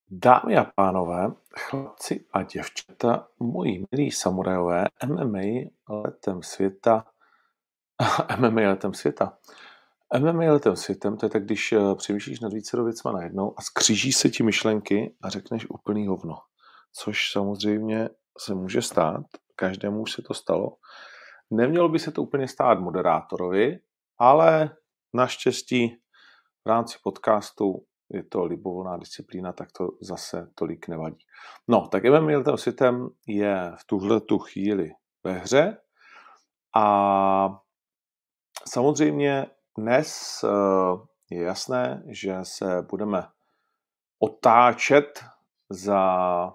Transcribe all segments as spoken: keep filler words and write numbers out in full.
Dámy a pánové, chlapci a děvčata, moji milí samurajové, M M A letem světa, M M A letem světa. M M A letem světem, to je tak, když přemýšlíš nad více věcma najednou a skříží se ti myšlenky a řekneš úplný hovno. Což samozřejmě se může stát, každému už se to stalo. Nemělo by se to úplně stát moderátorovi, ale naštěstí v rámci podcastu je to libovolná disciplína, tak to zase tolik nevadí. No, tak M M A letem světem je v tuhletu chvíli ve hře a samozřejmě dnes je jasné, že se budeme otáčet za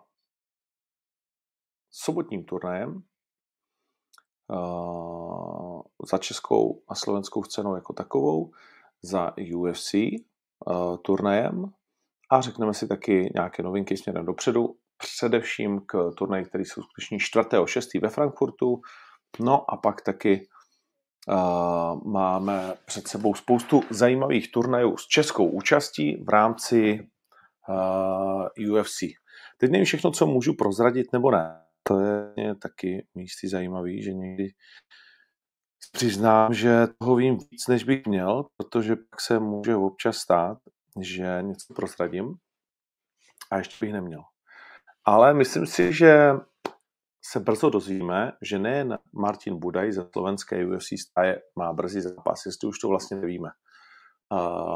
sobotním turnajem, za českou a slovenskou scénou jako takovou, za U F C turnajem a řekneme si taky nějaké novinky směrem dopředu, především k turnaji, který se uskuteční čtvrtého šestého ve Frankfurtu. No a pak taky uh, máme před sebou spoustu zajímavých turnajů s českou účastí v rámci uh, U F C. Teď nevím všechno, co můžu prozradit nebo ne. To je taky místy zajímavý, že někdy přiznám, že toho vím víc, než bych měl, protože pak se může občas stát, že něco prozradím a ještě bych neměl. Ale myslím si, že se brzo dozvíme, že nejen Martin Budaj ze slovenské U F C stáje má brzy zápas, jestli už to vlastně nevíme. Uh,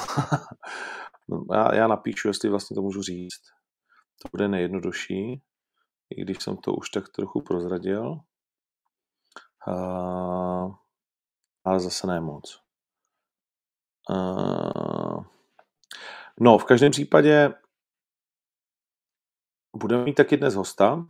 já, já napíšu, jestli vlastně to můžu říct. To bude nejjednodušší, i když jsem to už tak trochu prozradil. Uh, ale zase ne moc. Uh, no, v každém případě budeme mít taky dnes hosta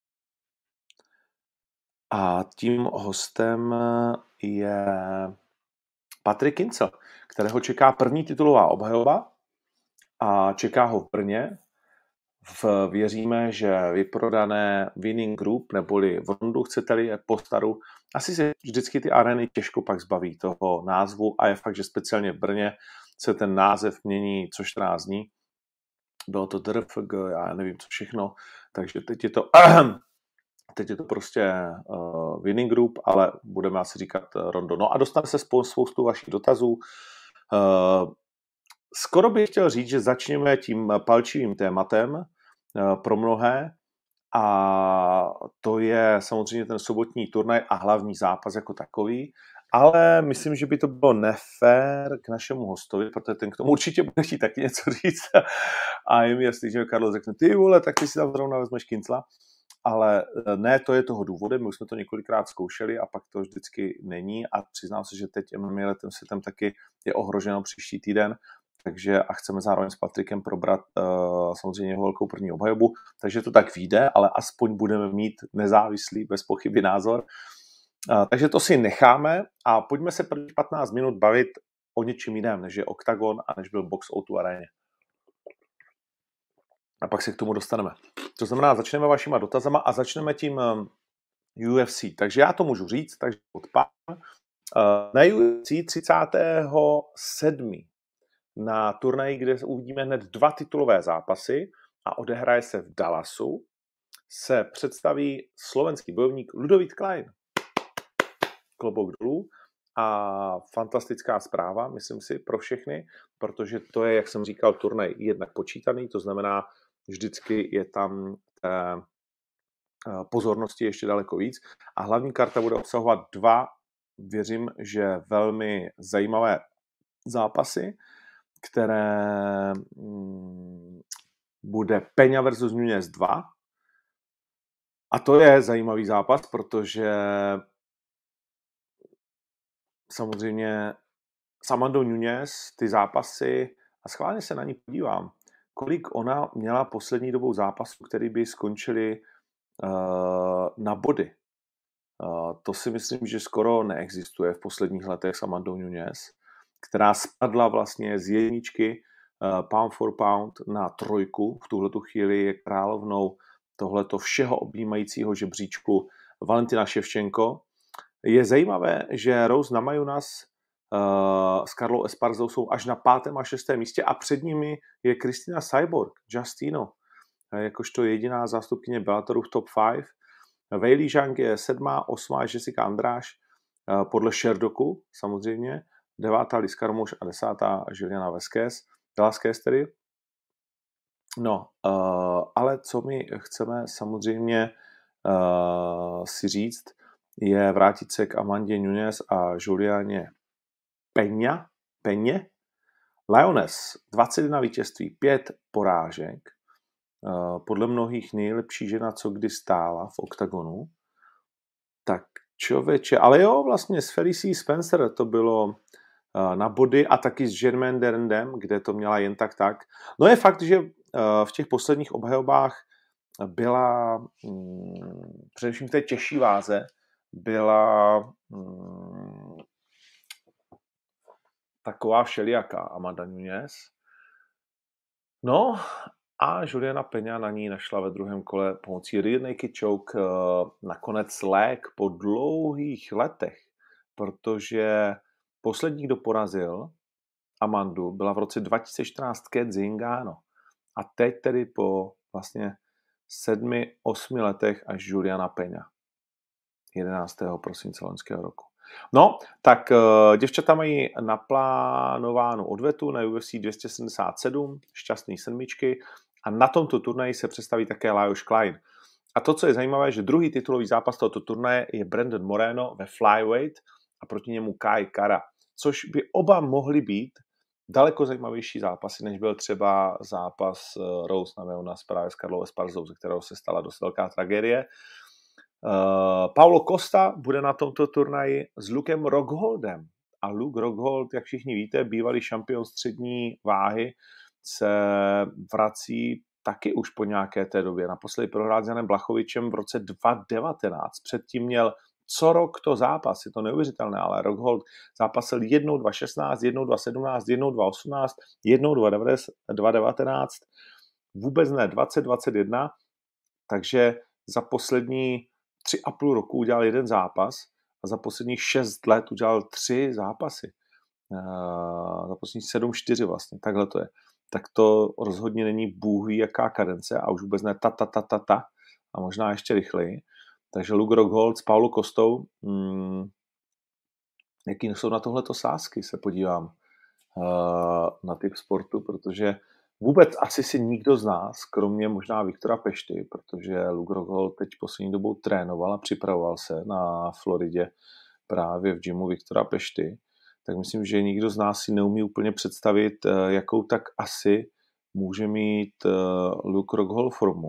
a tím hostem je Patrik Kincl, kterého čeká první titulová obhajoba a čeká ho v Brně. V, věříme, že vyprodané Winning Group, neboli v Rondu, chcete-li je po staru, asi se vždycky ty arény těžko pak zbaví toho názvu a je fakt, že speciálně v Brně se ten název mění co čtrnáct dní. Bylo to D R F G, já nevím co všechno, takže teď je to, teď je to prostě uh, Winning Group, ale budeme asi říkat uh, Rondo. No a dostane se spoustu vašich dotazů. Uh, skoro bych chtěl říct, že začněme tím palčivým tématem uh, pro mnohé a to je samozřejmě ten sobotní turnaj a hlavní zápas jako takový. Ale myslím, že by to bylo nefér k našemu hostovi, protože ten k tomu určitě bude chtít taky něco říct. A je mi jasný, že Karlo řekne, ty vole, tak ty si tam zrovna vezmeš Kincla. Ale ne, to je toho důvodem, my už jsme to několikrát zkoušeli a pak to vždycky není a přiznám se, že teď M M A letem světem taky je ohroženo příští týden, takže a chceme zároveň s Patrikem probrat uh, samozřejmě jeho velkou první obhajobu, takže to tak vyjde, ale aspoň budeme mít nezávislý, bez pochyby názor. Uh, takže to si necháme a pojďme se první patnáct minut bavit o něčem jiném, než je Octagon a než byl Box O dva aréně. A pak se k tomu dostaneme. To znamená, začneme vašima dotazama a začneme tím um, U F C. Takže já to můžu říct, takže odpám. Uh, na U F C třicátého sedmého na turnaji, kde uvidíme hned dva titulové zápasy a odehraje se v Dallasu, se představí slovenský bojovník Ludovít Klein. Klobouk dolů. A fantastická zpráva, myslím si, pro všechny, protože to je, jak jsem říkal, turnaj jednak počítaný, to znamená, vždycky je tam té pozornosti ještě daleko víc. A hlavní karta bude obsahovat dva, věřím, že velmi zajímavé zápasy, které hmm, bude Peňa versus Nunes dva. A to je zajímavý zápas, protože samozřejmě s Amandou Nunes ty zápasy, a schválně se na ní podívám, kolik ona měla poslední dobou zápasů, který by skončili uh, na body. Uh, to si myslím, že skoro neexistuje v posledních letech s Amandou Nunes, která spadla vlastně z jedničky uh, pound for pound na trojku. V tuhletu chvíli je královnou tohleto všeho objímajícího žebříčku Valentina Ševčenko. Je zajímavé, že Rose Namajunas uh, s Karlou Esparzou jsou až na pátém a šestém místě a před nimi je Kristina Cyborg, Justino, jakožto jediná zástupkyně Bellatoru v top pět. Weili Zhang je sedmá, osmá Jessica Andráš, podle Sherdoku samozřejmě, devátá Liz Carmouche a desátá Juliana Vasquez, Velasquez tedy. No, uh, ale co my chceme samozřejmě uh, si říct, je vrátit se k Amandě Nunes a Julianě Peña, Peně. Lioness, dvacet jedna vítězství, pět porážek, uh, podle mnohých nejlepší žena, co kdy stála v oktagonu. Tak člověče, ale jo, vlastně s Felicí Spencer to bylo uh, na body a taky s Germaine Derendem, kde to měla jen tak tak. No je fakt, že uh, v těch posledních obhajobách byla, um, především v té těžší váze, byla um, taková všelijaká Amanda Nunes. No a Juliana Peña na ní našla ve druhém kole pomocí rear naked choke nakonec lék po dlouhých letech, protože poslední, kdo porazil Amandu, byla v roce dva tisíce čtrnáct Cat Zingano. A teď tedy po vlastně sedmi, osmi letech až Juliana Peña. jedenáctého prosince loňského roku. No, tak uh, děvčata mají naplánovánu odvetu na U F C dvě stě sedmdesát sedm, šťastný sedmičky, a na tomto turnaji se představí také Lajos Klein. A to, co je zajímavé, že druhý titulový zápas tohoto turnaje je Brandon Moreno ve flyweight a proti němu Kai Kara, což by oba mohly být daleko zajímavější zápasy, než byl třeba zápas Rose Namajunas právě s Karlou Esparzou, ze kterého se stala dost velká tragédie. Uh, Paulo Costa bude na tomto turnaji s Lukem Rockholdem. A Luke Rockhold, jak všichni víte, bývalý šampion střední váhy, se vrací taky už po nějaké té době. Naposledy prohrál s Janem Blachovičem v roce dva tisíce devatenáct. Předtím měl co rok to zápas, je to neuvěřitelné, ale Rockhold zápasil jednou dva tisíce šestnáct, jednou dva tisíce sedmnáct, jednou dva tisíce osmnáct, jednou dva tisíce devatenáct, vůbec ne dvacet dvacet jedna, takže za poslední tři a půl roku udělal jeden zápas a za posledních šest let udělal tři zápasy. Uh, za posledních sedm, čtyři vlastně, takhle to je. Tak to rozhodně není bůh ví jaká kadence a už vůbec ne ta, ta, ta, ta, ta a možná ještě rychleji. Takže Luke Rockhold s Paulo Costou, hmm, jaký jsou na tohleto sázky, se podívám uh, na typ sportu, protože vůbec asi si nikdo z nás, kromě možná Viktora Pešty, protože Luke Rockhold teď poslední dobou trénoval a připravoval se na Floridě právě v gymu Viktora Pešty, tak myslím, že nikdo z nás si neumí úplně představit, jakou tak asi může mít Luke Rockhold formu.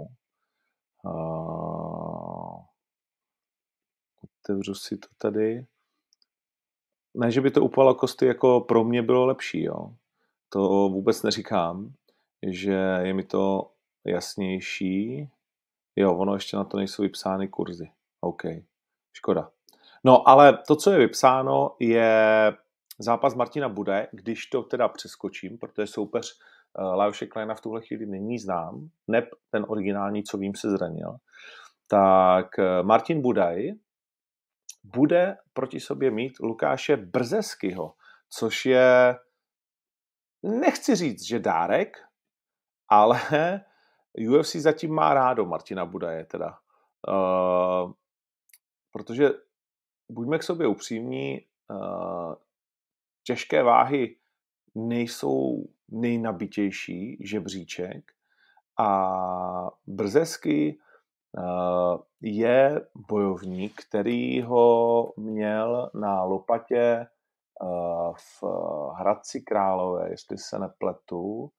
Otevřu si to tady. Ne, že by to u Paula Costy jako pro mě bylo lepší, jo. To vůbec neříkám, že je mi to jasnější. Jo, ono ještě na to nejsou vypsány kurzy. OK, škoda. No, ale to, co je vypsáno, je zápas Martina Budaje, když to teda přeskočím, protože soupeř uh, Lajose Kleina v tuhle chvíli není znám, neb ten originální, co vím, se zranil. Tak uh, Martin Budaj bude proti sobě mít Lukáše Brzeskyho, což je, nechci říct, že dárek, ale U F C zatím má rádo Martina Budaje teda. Uh, protože buďme k sobě upřímní, uh, těžké váhy nejsou nejnabitější žebříček a Brzesky uh, je bojovník, který ho měl na lopatě uh, v Hradci Králové, jestli se nepletu,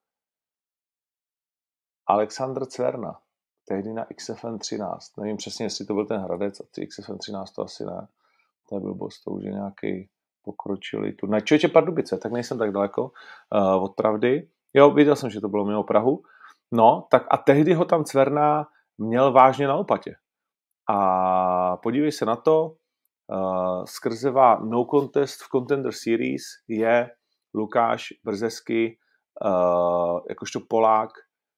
Alexandr Cverna, tehdy na X F N třináct. Nevím přesně, jestli to byl ten Hradec a ty X F N třináct to asi ne. To je blbost, to už je nějaký pokročilý turnaj. Člověče Pardubice, tak nejsem tak daleko uh, od pravdy. Jo, viděl jsem, že to bylo mimo Prahu. No, tak a tehdy ho tam Cverna měl vážně na lopatě. A podívej se na to, uh, skrzeva no contest v Contender Series je Lukáš Brzesky, uh, jakožto Polák,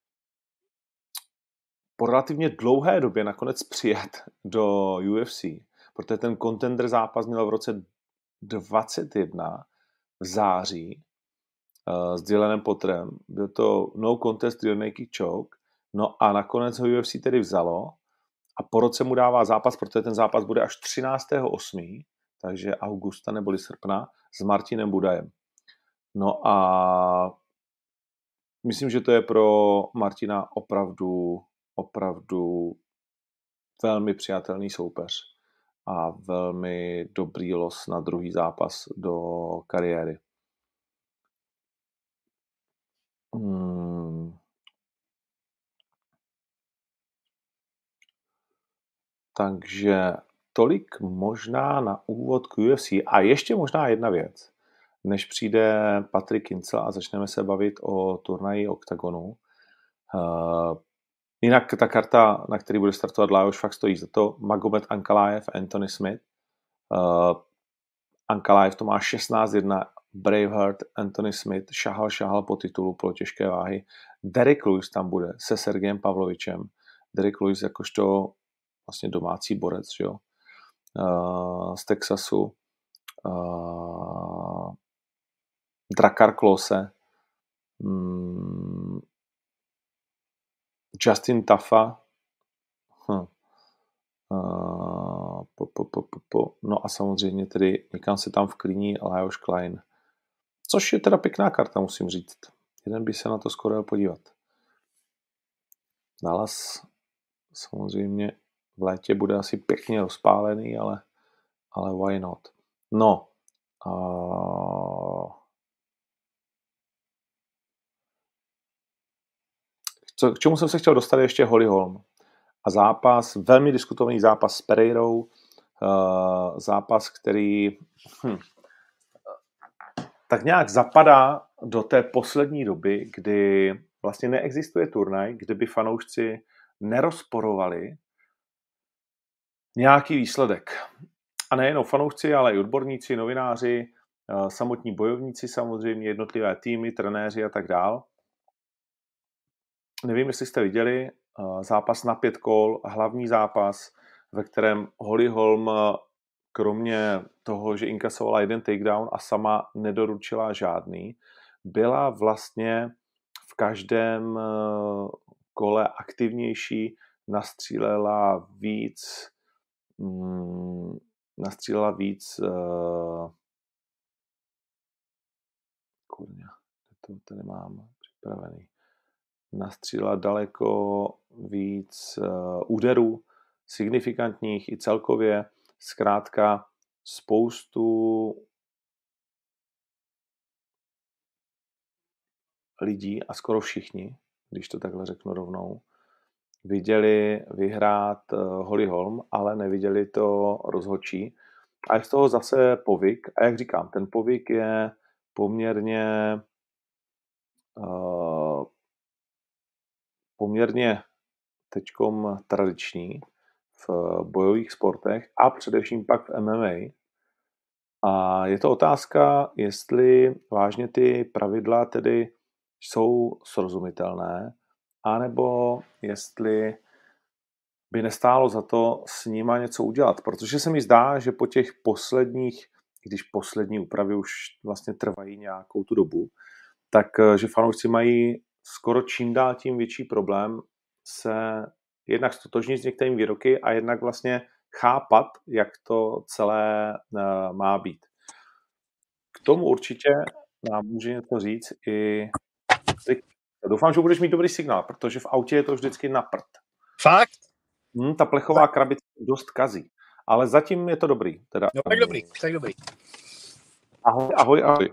po relativně dlouhé době nakonec přijet do U F C, protože ten Contender zápas měl v roce dvacet jedna v září uh, s Dylanem Potterem. Byl to no contest rear naked choke. No a nakonec ho U F C tedy vzalo a po roce mu dává zápas, protože ten zápas bude až třináctého osmého takže augusta neboli srpna, s Martinem Budajem. No a myslím, že to je pro Martina opravdu, opravdu velmi přijatelný soupeř a velmi dobrý los na druhý zápas do kariéry. Hmm. Takže tolik možná na úvod k U F C. A ještě možná jedna věc, než přijde Patrick Kincl a začneme se bavit o turnaji Octagonu. Uh, jinak ta karta, na který bude startovat Lajos, fakt stojí za to. Magomed Ankalaev, Anthony Smith. Uh, Ankalaev to má šestnáct jedna, Braveheart, Anthony Smith, šahal, šahal po titulu pro těžké váhy. Derek Lewis tam bude se Sergejem Pavlovičem. Derek Lewis jakožto vlastně domácí borec, že jo? Uh, z Texasu. Uh, Drakkar Klose. Um, Justin Tafa. Hm. Uh, po, po, po, po, po. No a samozřejmě tedy někam se tam vklíní Lajos Klein. Což je teda pěkná karta, musím říct. Jeden by se na to skoro jel podívat. Dallas samozřejmě v létě bude asi pěkně rozpálený, ale, ale why not? No. Uh, co, k čemu jsem se chtěl dostat ještě Holly Holm. A zápas, velmi diskutovaný zápas s Pereirou, uh, zápas, který hm, tak nějak zapadá do té poslední doby, kdy vlastně neexistuje turnaj, kde by fanoušci nerozporovali nějaký výsledek. A nejenom fanoušci, ale i odborníci, novináři, uh, samotní bojovníci samozřejmě, jednotlivé týmy, trenéři a tak dál. Nevím, jestli jste viděli uh, zápas na pět kol, hlavní zápas, ve kterém Holly Holm kromě toho, že inkasovala jeden takedown a sama nedoručila žádný, byla vlastně v každém kole aktivnější, nastřílela víc mm, nastřílela víc uh, kurňa, to tady mám připravený. Nastřílela daleko víc uh, úderů, signifikantních i celkově. Zkrátka spoustu lidí, a skoro všichni, když to takhle řeknu rovnou, viděli vyhrát Holly Holm, ale neviděli to rozhodčí. A je z toho zase povyk. A jak říkám, ten povyk je poměrně uh, poměrně teďkom tradiční v bojových sportech a především pak v M M A. A je to otázka, jestli vážně ty pravidla tedy jsou srozumitelné, anebo jestli by nestálo za to s nima něco udělat. Protože se mi zdá, že po těch posledních, když poslední úpravy už vlastně trvají nějakou tu dobu, tak že fanoušci mají skoro čím dál tím větší problém se jednak stotožnit s některými výroky a jednak vlastně chápat, jak to celé uh, má být. K tomu určitě nám může něco říct i... Doufám, že budeš mít dobrý signál, protože v autě je to vždycky na prd. Fakt? Hmm, ta plechová tak. krabice dost kazí, ale zatím je to dobrý. Teda. No tak dobrý, tak dobrý. Ahoj, ahoj, ahoj.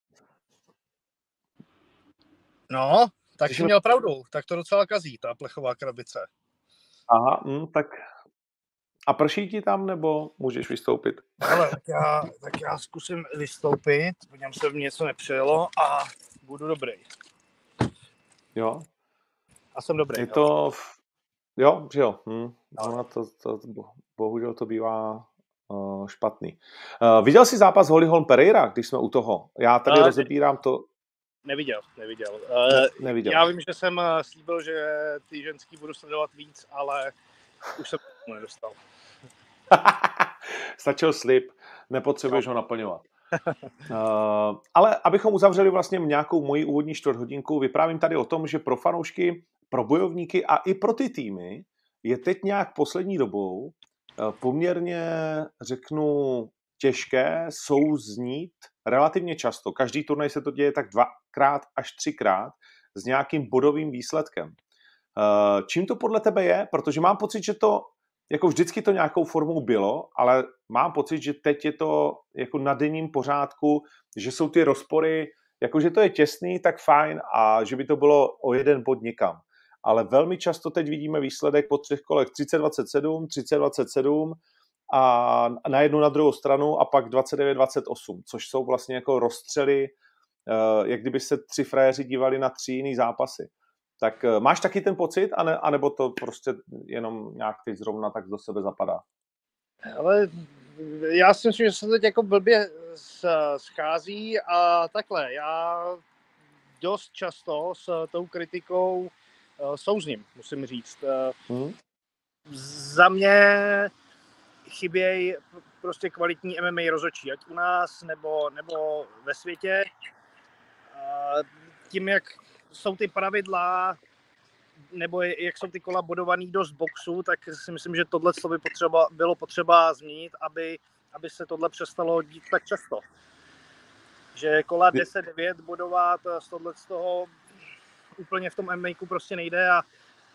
No, tak jsi měl pravdu, tak to docela kazí, ta plechová krabice. Aha, hm, tak a prší ti tam, nebo můžeš vystoupit? Ale tak já, tak já zkusím vystoupit, po něm se v něco nepřijelo a budu dobrý. Jo. A jsem dobrý. Je to... Jo, že jo. Hm. Ona to, to, bohužel to bývá uh, špatný. Uh, viděl jsi zápas Holly Holm Pereira, když jsme u toho? Já tady no, rozebírám to... Neviděl, neviděl. Uh, neviděl. Já vím, že jsem slíbil, že ty ženský budu sledovat víc, ale už jsem to nedostal. Stačil slib, nepotřebuješ no. ho naplňovat. Uh, ale abychom uzavřeli vlastně nějakou moji úvodní čtvrthodinku, vyprávím tady o tom, že pro fanoušky, pro bojovníky a i pro ty týmy je teď nějak poslední dobou uh, poměrně, řeknu, těžké souznít relativně často. Každý turnaj se to děje tak dvakrát až třikrát s nějakým bodovým výsledkem. Uh, čím to podle tebe je? Protože mám pocit, že to jako vždycky to nějakou formou bylo, ale mám pocit, že teď je to jako na denním pořádku, že jsou ty rozpory, jakože to je těsný, tak fajn a že by to bylo o jeden bod někam. Ale velmi často teď vidíme výsledek po třech kolech třicet dvacet sedm, třicet dvacet sedm a na jednu na druhou stranu a pak dvacet devět dvacet osm, což jsou vlastně jako rozstřely, jak kdyby se tři frajeři dívali na tři jiný zápasy. Tak máš taky ten pocit, ane, anebo to prostě jenom nějak teď zrovna tak do sebe zapadá? Ale já si myslím, že se teď jako blbě schází a takhle. Já dost často s tou kritikou souzním, musím říct. Hmm. Za mě chybějí prostě kvalitní M M A rozhodčí, ať u nás nebo, nebo ve světě. Tím, jak jsou ty pravidla, nebo jak jsou ty kola bodovaný dost boxu, tak si myslím, že tohle by potřeba, bylo potřeba změnit, aby, aby se tohle přestalo dít tak často. Že kola deset devět bodovat z tohle z toho úplně v tom M M A ku prostě nejde a,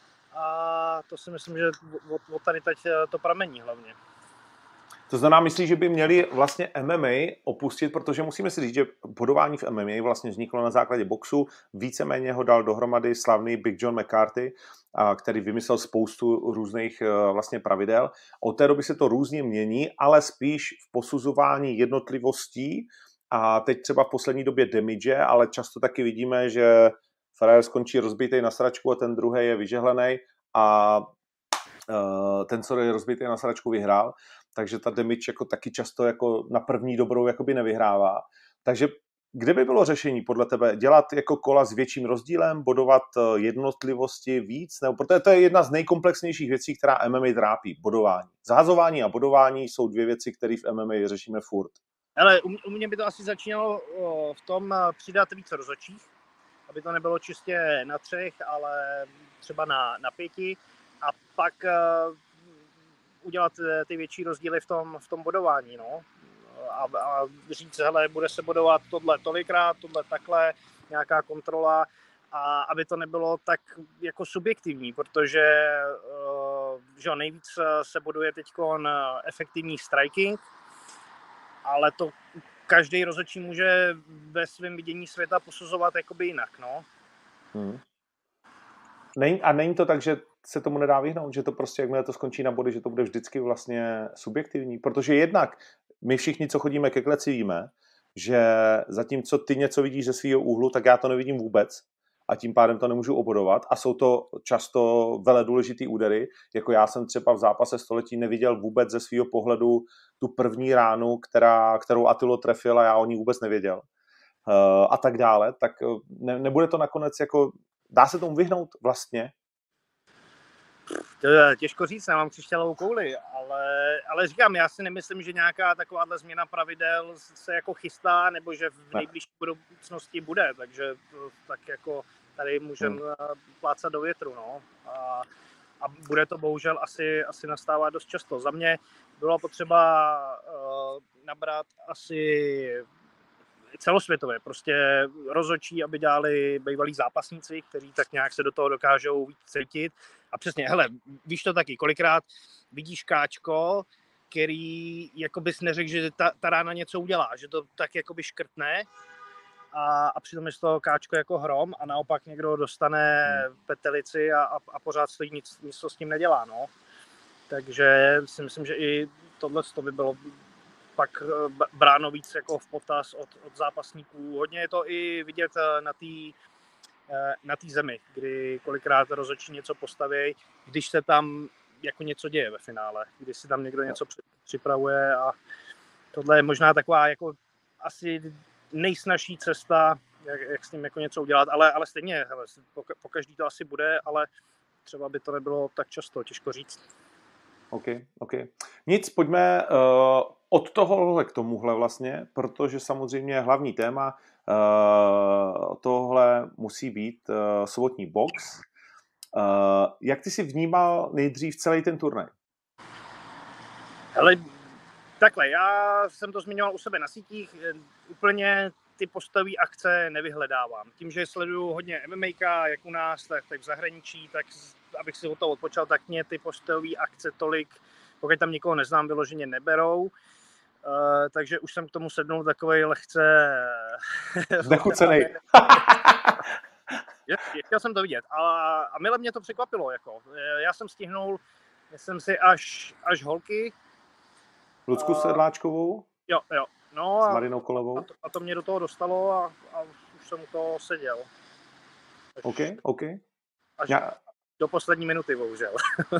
a to si myslím, že od, od tady teď to pramení hlavně. To znamená, myslíš, že by měli vlastně M M A opustit, protože musíme si říct, že bodování v M M A vlastně vzniklo na základě boxu, víceméně ho dal dohromady slavný Big John McCarthy, který vymyslel spoustu různých vlastně pravidel. Od té doby se to různě mění, ale spíš v posuzování jednotlivostí a teď třeba v poslední době damage, ale často taky vidíme, že frajer skončí rozbitej na sračku a ten druhý je vyžehlený a ten, co je rozbitý na sračku, vyhrál. Takže ta damage jako taky často jako na první dobrou jakoby nevyhrává. Takže kde by bylo řešení podle tebe? Dělat jako kola s větším rozdílem, bodovat jednotlivosti víc? Nebo, protože to je jedna z nejkomplexnějších věcí, která M M A trápí, bodování. Zahazování a bodování jsou dvě věci, které v M M A řešíme furt. Ale u mě by to asi začínalo v tom přidat víc rozhodčích, aby to nebylo čistě na třech, ale třeba na, na pěti a pak udělat ty větší rozdíly v tom, v tom bodování, no. A, a říct, hele, bude se bodovat tohle tolikrát, tohle takhle, nějaká kontrola a aby to nebylo tak jako subjektivní, protože že nejvíc se boduje teďkon efektivní striking, ale to každý rozhodčí může ve svém vidění světa posuzovat jakoby jinak, no. Hmm. Není, a není to tak, že se tomu nedá vyhnout, že to prostě, jakmile to skončí na body, že to bude vždycky vlastně subjektivní, protože jednak my všichni, co chodíme ke kleci, víme, že zatímco ty něco vidíš ze svého úhlu, tak já to nevidím vůbec a tím pádem to nemůžu obodovat a jsou to často vele důležitý údery, jako já jsem třeba v zápase století neviděl vůbec ze svého pohledu tu první ránu, která, kterou Attilo trefil a já o ní vůbec nevěděl uh, a tak dále, tak ne, nebude to nakonec jako, dá se tomu vyhnout vlastně? To je těžko říct, nemám křišťálovou kouli, ale, ale říkám, já si nemyslím, že nějaká takováhle změna pravidel se jako chystá, nebo že v nejbližší budoucnosti bude, takže to, tak jako tady můžeme hmm. plácat do větru, no. A, a bude to bohužel asi, asi nastávat dost často. Za mě bylo potřeba uh, nabrat asi celosvětově, prostě rozhodčí, aby dělali bývalí zápasníci, kteří tak nějak se do toho dokážou víc cítit. A přesně, hele, víš to taky, kolikrát vidíš káčko, který jako bys neřekl, že ta, ta rána něco udělá, že to tak jakoby škrtne a, a přitom je z toho káčko jako hrom a naopak někdo dostane petelici a, a, a pořád stojí, nic, nic to s tím nedělá, no. Takže si myslím, že i tohle by bylo pak bráno víc jako v potaz od, od zápasníků. Hodně je to i vidět na té na té zemi, kdy kolikrát rozhodčí něco postaví, když se tam jako něco děje ve finále, když si tam někdo něco připravuje a tohle je možná taková jako asi nejsnažší cesta, jak, jak s tím jako něco udělat, ale, ale stejně, hele, po každý to asi bude, ale třeba by to nebylo tak často, těžko říct. OK, OK. Nic, pojďme, uh, od tohohle k tomuhle vlastně, protože samozřejmě hlavní téma uh, tohle musí být uh, sobotní box. Uh, jak ty si vnímal nejdřív celý ten turnaj? Hele, takhle, já jsem to zmiňoval u sebe na sítích, úplně ty postové akce nevyhledávám. Tím, že sleduju hodně M M A, jak u nás, tak, tak v zahraničí, tak abych si o to odpočal, tak mě ty postové akce tolik, pokud tam nikoho neznám, vyloženě neberou. Uh, takže už jsem k tomu sednul takovej lehce... Znechucenej. Chtěl jsem to vidět. A, a mile mě to překvapilo. Jako. Já jsem stihnul, myslím si, až, až holky. Lucku Sedláčkovou? Jo, jo. No s a, Marinou Kolevou? A to, a to mě do toho dostalo a, a už jsem u toho seděl. Až, OK, OK. Až Já... do poslední minuty, bohužel.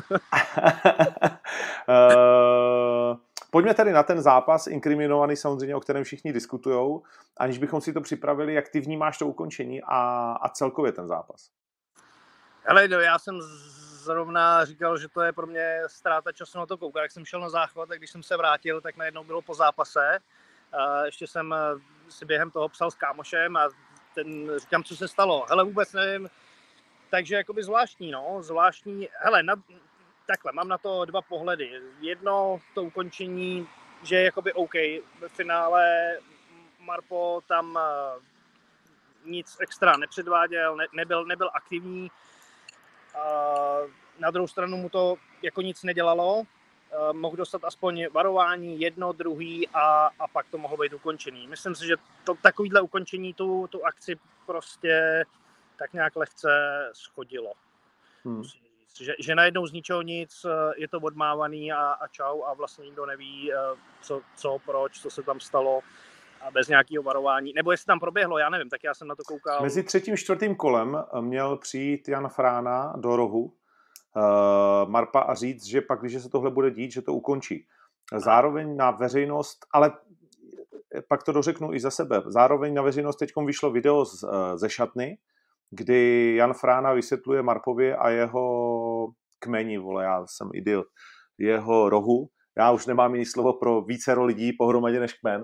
uh, pojďme tedy na ten zápas, inkriminovaný samozřejmě, o kterém všichni diskutujou, aniž bychom si to připravili, jak ty vnímáš to ukončení a, a celkově ten zápas. Hele, no, já jsem zrovna říkal, že to je pro mě ztráta času na to koukat. Jak jsem šel na záchod, a když jsem se vrátil, tak najednou bylo po zápase. Uh, ještě jsem si během toho psal s kámošem a ten, říkám, co se stalo. Hele, vůbec nevím. Takže jakoby zvláštní, no, zvláštní. Hele, na, takhle, mám na to dva pohledy. Jedno, to ukončení, že je jakoby OK. Ve finále Marpo tam uh, nic extra nepředváděl, ne, nebyl, nebyl aktivní. Uh, na druhou stranu mu to jako nic nedělalo. Uh, mohl dostat aspoň varování, jedno, druhý a, a pak to mohlo být ukončený. Myslím si, že to, takovýhle ukončení tu, tu akci prostě tak nějak lehce schodilo. Hmm. Že, že najednou z ničeho nic je to odmávaný a, a čau a vlastně nikdo neví, co, co, proč, co se tam stalo a bez nějakého varování. Nebo jestli tam proběhlo, já nevím, tak já jsem na to koukal. Mezi třetím čtvrtým kolem měl přijít Jan Frána do rohu uh, Marpa a říct, že pak, když se tohle bude dít, že to ukončí. Zároveň na veřejnost, ale pak to dořeknu i za sebe, zároveň na veřejnost teďkom vyšlo video z, ze šatny, kdy Jan Frána vysvětluje Marpovi a jeho kmeni, vole, já jsem idiot, jeho rohu, já už nemám jiný slovo pro vícero lidí pohromadě než kmen,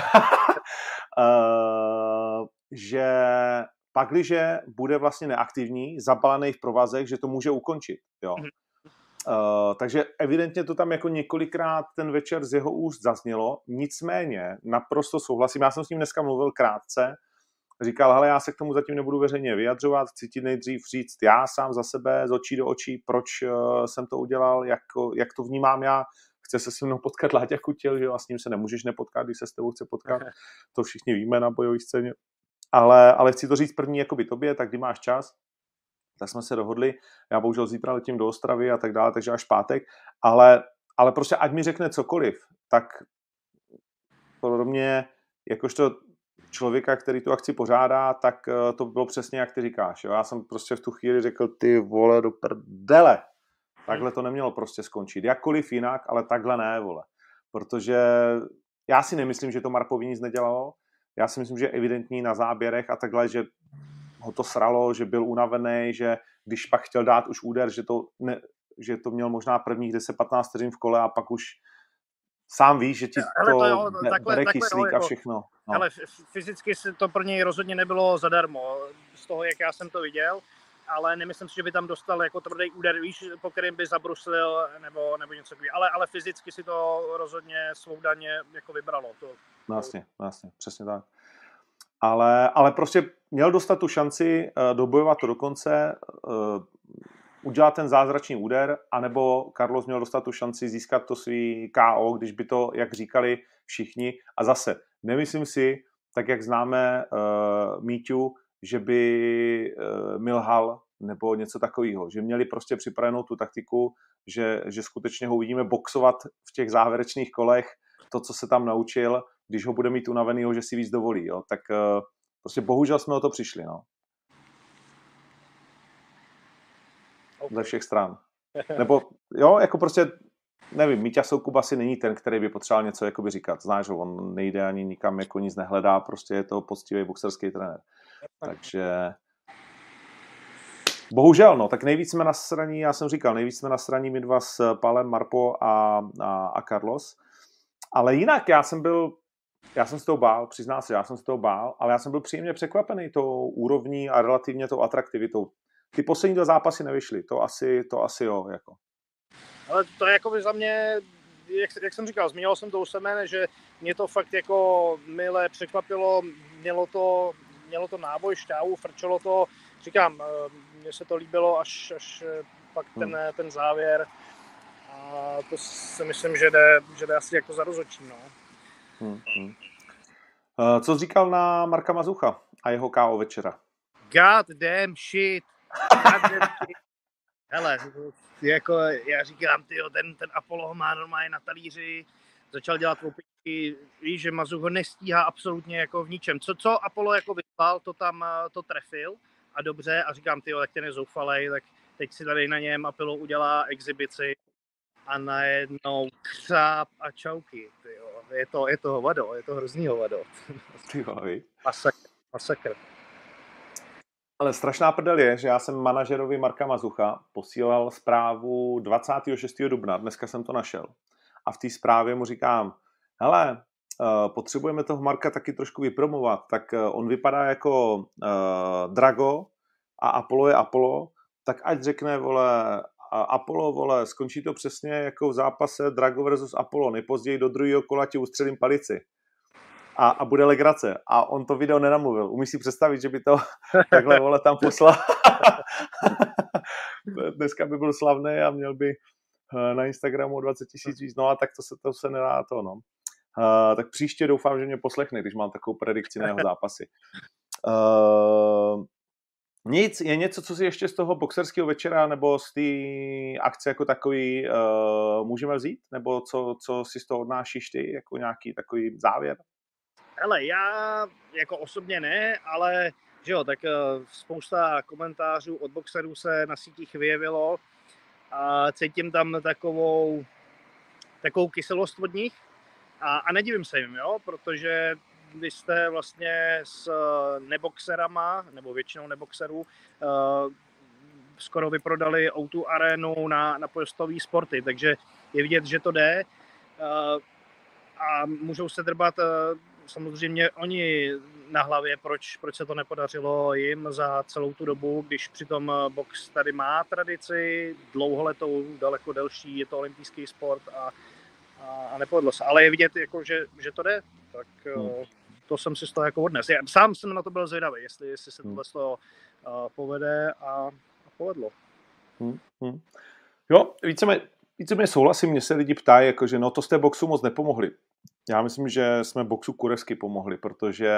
uh, že pakliže bude vlastně neaktivní, zabalený v provazech, že to může ukončit, jo. Uh, takže evidentně to tam jako několikrát ten večer z jeho úst zaznělo, nicméně naprosto souhlasím, já jsem s ním dneska mluvil krátce, říkal, hele, já se k tomu zatím nebudu veřejně vyjadřovat, chci ti nejdřív říct já sám za sebe, z očí do očí, proč uh, jsem to udělal, jak, jak to vnímám já, chce se se mnou potkat Láďa Kutil, že a s ním se nemůžeš nepotkat, když se s tebou chce potkat, to všichni víme na bojové scéně, ale, ale chci to říct první jakoby tobě, tak kdy máš čas, tak jsme se dohodli, já bohužel zítra letím do Ostravy a tak dále, takže až pátek, ale, ale prostě ať mi řekne cokoliv, tak pro mě, jakožto člověka, který tu akci pořádá, tak to bylo přesně, jak ty říkáš. Jo? Já jsem prostě v tu chvíli řekl, ty vole, do prdele. Takhle to nemělo prostě skončit. Jakkoliv jinak, ale takhle ne, vole. Protože já si nemyslím, že to Marpovi nic nedělalo. Já si myslím, že je evidentní na záběrech a takhle, že ho to sralo, že byl unavený, že když pak chtěl dát už úder, že to, ne, že to měl možná prvních deset patnáct vteřin v kole a pak už sám víš, že ti to, to jo, takhle, bere kyslík a všechno. No. Ale fyzicky to pro něj rozhodně nebylo zadarmo, z toho, jak já jsem to viděl, ale nemyslím si, že by tam dostal jako tvrdý úder, víš, po kterým by zabruslil nebo, nebo něco takového. Ale, ale fyzicky si to rozhodně svou daně jako vybralo. To, no jasně, no jasně, přesně tak. Ale, ale prostě měl dostat tu šanci uh, dobojovat to do konce, uh, udělat ten zázračný úder, anebo Carlos měl dostat tu šanci získat to svý K O, když by to, jak říkali všichni. A zase, nemyslím si, tak jak známe uh, Míťu, že by uh, Milhal nebo něco takového, že měli prostě připravenou tu taktiku, že, že skutečně ho uvidíme boxovat v těch závěrečných kolech, to, co se tam naučil, když ho bude mít unavenýho, že si víc dovolí. Jo? Tak uh, prostě bohužel jsme o to přišli. No. Ze všech stran. Nebo, jo, jako prostě, nevím, Míťa Soukup asi není ten, který by potřeboval něco jakoby říkat. Znáš, že on nejde ani nikam, jako nic nehledá, prostě je to poctivý boxerský trenér. Takže bohužel, no, tak nejvíc jsme nasraní, já jsem říkal, nejvíc jsme nasraní my dva s Palem, Marpo a, a, a Carlos. Ale jinak já jsem byl, já jsem z toho bál, přizná se, já jsem z toho bál, ale já jsem byl příjemně překvapený tou úrovní a relativně tou atraktivitou. Ty poslední dva zápasy nevyšly, to asi, to asi jo, jako. Ale to je jako by za mě, jak, jak jsem říkal, zmínil jsem to u sebe, že mě to fakt jako mile překvapilo, mělo to, mělo to náboj, šťávu, frčelo to, říkám, mně se to líbilo až, až pak ten, hmm. ten závěr a to si myslím, že jde, že jde asi jako za rozhodčím, no. Hmm, hmm. Uh, co jsi říkal na Marka Mazucha a jeho ká ó večera? God damn shit. God damn shit. Hele, jako já říkám, tyjo, ten, ten Apollo ho má normálně na talíři, začal dělat opičky, víš, že Mazuch ho nestíhá absolutně jako v ničem. Co, co Apollo jako vyslal, to tam to trefil a dobře a říkám, tyjo, tak ten je zoufalej, tak teď si tady na něm Apollo udělá exibici a najednou křáp a čauky, tyjo. Je to, je to hovado, je to hrozný hovado. Masakr, masakr. Ale strašná prdel je, že já jsem manažerovi Marka Mazucha posílal zprávu dvacátého šestého dubna, dneska jsem to našel. A v té zprávě mu říkám, hele, potřebujeme toho Marka taky trošku vypromovat, tak on vypadá jako uh, Drago a Apollo je Apollo, tak ať řekne, vole, Apollo, vole, skončí to přesně jako v zápase Drago versus Apollo, nejpozději do druhého kola ti ustřelím palici. A, a bude legrace. A on to video nenamluvil. Umíš si představit, že by to takhle, vole, tam poslal? Dneska by byl slavný a měl by na Instagramu dvacet tisíc víc. No a tak to se, to se nedá to, no. Uh, tak příště doufám, že mě poslechne, když mám takovou predikci na jeho zápasy. Uh, nic, je něco, co si ještě z toho boxerského večera nebo z té akce jako takový uh, můžeme vzít? Nebo co, co si z toho odnášíš ty, jako nějaký takový závěr? Hele, já jako osobně ne, ale že jo, tak spousta komentářů od boxerů se na sítích vyjevilo a cítím tam takovou, takovou kyselost od nich a, a nedivím se jim, jo, protože vy jste vlastně s neboxerama, nebo většinou neboxerů, uh, skoro vyprodali ó dva arénu na, na pojistové sporty, takže je vidět, že to jde uh, a můžou se drbat uh, samozřejmě oni na hlavě, proč, proč se to nepodařilo jim za celou tu dobu, když přitom box tady má tradici, dlouholetou, daleko delší, je to olympijský sport a, a, a nepovedlo se. Ale je vidět, jako, že, že to jde, tak hmm. to jsem si z toho jako odnes. Já sám jsem na to byl zvědavý, jestli, jestli se tohle z toho uh, povede a, a povedlo. Hmm. Hmm. Jo, víceméně víceméně souhlasím, mě se lidi ptají, jako, že no to z té boxu moc nepomohli. Já myslím, že jsme boxu kurevsky pomohli, protože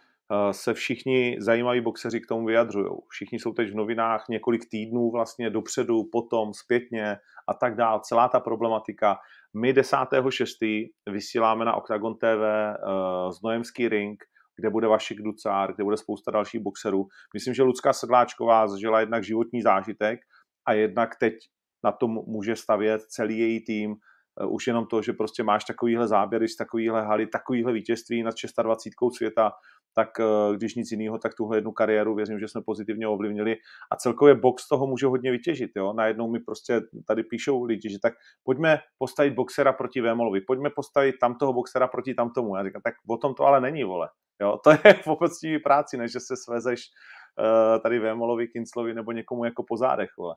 se všichni zajímaví boxeři k tomu vyjadřují. Všichni jsou teď v novinách několik týdnů vlastně dopředu, potom, zpětně a tak dál. Celá ta problematika. My desátého šestého vysíláme na Octagon T V uh, Znojemský ring, kde bude Vašek Ducár, kde bude spousta dalších boxerů. Myslím, že Lucka Sedláčková zažila jednak životní zážitek a jednak teď na tom může stavět celý její tým. Už jenom to, že prostě máš takovýhle záběry z takovýhle haly, takovýhle vítězství nad dvacet šest světa, tak když nic jiného, tak tuhle jednu kariéru věřím, že jsme pozitivně ovlivnili a celkově box toho může hodně vytěžit. Jo? Najednou mi prostě tady píšou lidi, že tak pojďme postavit boxera proti Vémolovi, pojďme postavit tamtoho boxera proti tamtomu. Já říkám, tak o tom to ale není, vole. Jo? To je v poctivé práci, než že se svezeš uh, tady Vémolovi, Kinclovi nebo někomu jako po zádech, vole.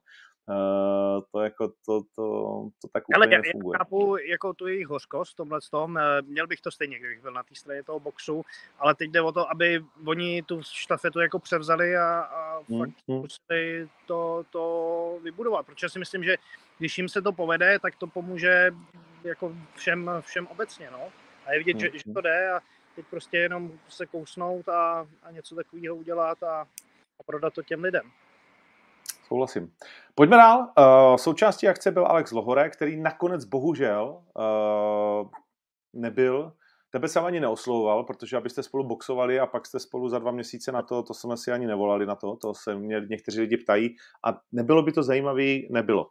Uh, to jako to, to, to tak úplně Ale já, nefunguje. Já chápu jako tu jejich hořkost v tomhle tom, měl bych to stejně, kdybych byl na té straně toho boxu, ale teď jde o to, aby oni tu štafetu jako převzali a, a hmm, fakt hmm. museli to, to vybudovat, protože si myslím, že když jim se to povede, tak to pomůže jako všem, všem obecně, no. A je vidět, hmm. že, že to jde a teď prostě jenom se kousnout a, a něco takového udělat a, a prodat to těm lidem. Souhlasím. Pojďme dál. Uh, součástí akce byl Alex Lohorek, který nakonec bohužel uh, nebyl. Tebe jsem ani neoslovoval, protože abyste spolu boxovali a pak jste spolu za dva měsíce na to, to jsme si ani nevolali na to, to se mě někteří lidi ptají a nebylo by to zajímavý, nebylo.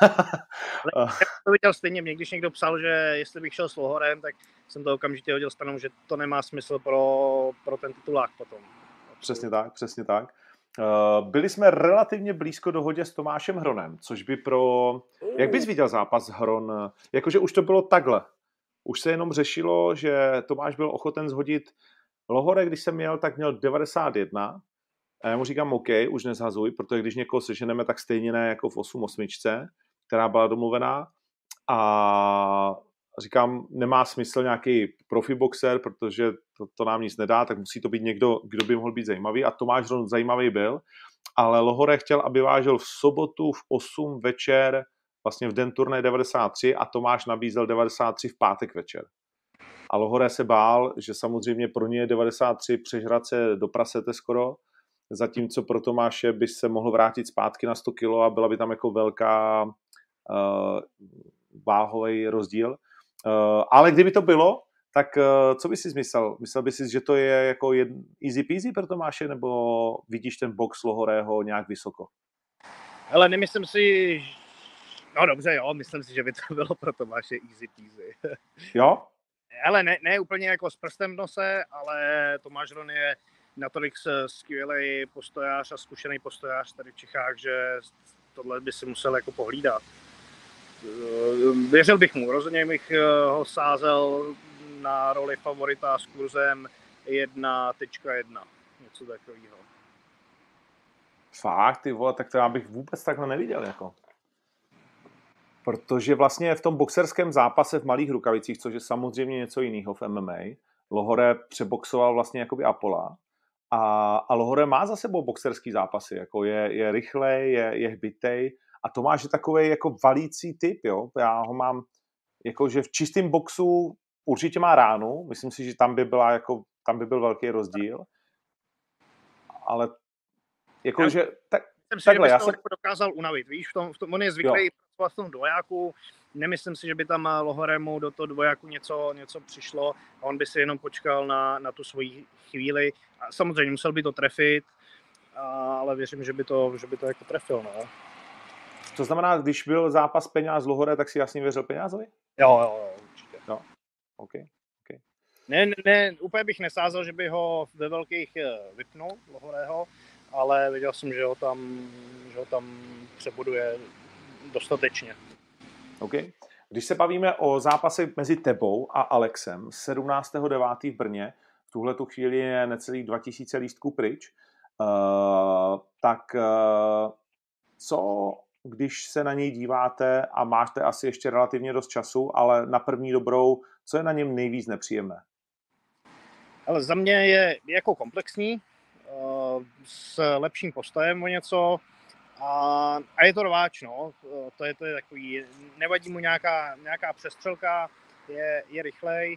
Ale já to viděl stejně, mě když někdo psal, že jestli bych šel s Lohorem, tak jsem to okamžitě hodil stranou, že to nemá smysl pro, pro ten titulák potom. Přesně tak, přesně tak. Byli jsme relativně blízko dohodě s Tomášem Hronem, což by pro... Jak bys viděl zápas Hron? Jakože už to bylo takhle. už se jenom řešilo, že Tomáš byl ochoten zhodit Lohore, když jsem měl, tak měl devadesát jedna. A já mu říkám, OK, už nezhazuj, protože když někoho seženeme, tak stejně ne jako v osm osmičce, která byla domluvená. A říkám, nemá smysl nějaký profi boxer, protože to, to nám nic nedá, tak musí to být někdo, kdo by mohl být zajímavý. A Tomáš zajímavý byl, ale Lohore chtěl, aby vážil v sobotu v osm večer, vlastně v den turné devadesát tři, a Tomáš nabízel devadesát tři v pátek večer. A Lohore se bál, že samozřejmě pro ně je devadesát tři přežrat se do prasete skoro, zatímco pro Tomáše by se mohl vrátit zpátky na sto kilo a byla by tam jako velká uh, váhový rozdíl. Uh, ale kdyby to bylo, tak uh, co by si myslel? Myslel by si, že to je jako jed, easy peasy pro Tomáše, nebo vidíš ten box Lohorého nějak vysoko? Ale nemyslím si, no dobře, jo, myslím si, že by to bylo pro Tomáše easy peasy. Jo? Ale ne, ne úplně jako s prstem v nose, ale Tomáš Ron je natolik skvělý postojář a zkušený postojář tady v Čechách, že tohle by si musel jako pohlídat. Věřil bych mu, rozhodně bych ho sázel na roli favorita s kurzem jedna tečka jedna, něco takového. Fakt, ty vole, tak to já bych vůbec takhle neviděl, jako. Protože vlastně v tom boxerském zápase v malých rukavicích, což je samozřejmě něco jiného v M M A, Lohore přeboxoval vlastně jakoby Apola a, a Lohore má za sebou boxerský zápasy, jako je, je rychlej, je, je hbitej a Tomáš je takový jako valící typ, jo, já ho mám, jakože v čistém boxu určitě má ránu, myslím si, že tam by byla jako, tam by byl velký rozdíl, ale jakože, tak, Myslím si, takhle, že já bych se... to dokázal unavit, víš, v tom, v tom, on je zvyklý pracovat v tom dvojáku, nemyslím si, že by tam Lohoremu do toho dvojáku něco, něco přišlo a on by si jenom počkal na, na tu svoji chvíli. A samozřejmě musel by to trefit, ale věřím, že by to, že by to jako trefil, no. To znamená, když byl zápas Peňáz Lohore, tak si jasně věřil Peňázovi? Jo, jo, jo, určitě. Jo, OK. okay. Ne, ne, úplně bych nesázel, že by ho ve velkých vypnul Lohorého, ale viděl jsem, že ho tam, že ho tam přebuduje dostatečně. OK. Když se bavíme o zápase mezi tebou a Alexem sedmnáctého devátého v Brně, v tuhle tu chvíli je necelých dva tisíce lístků pryč, uh, tak uh, co, když se na něj díváte a máte asi ještě relativně dost času, ale na první dobrou, co je na něm nejvíc nepříjemné? Ale za mě je jako komplexní, uh, s lepším postojem o něco, A, a je to rváč, no. To je, to je takový, nevadí mu nějaká, nějaká přestřelka, je, je rychlej,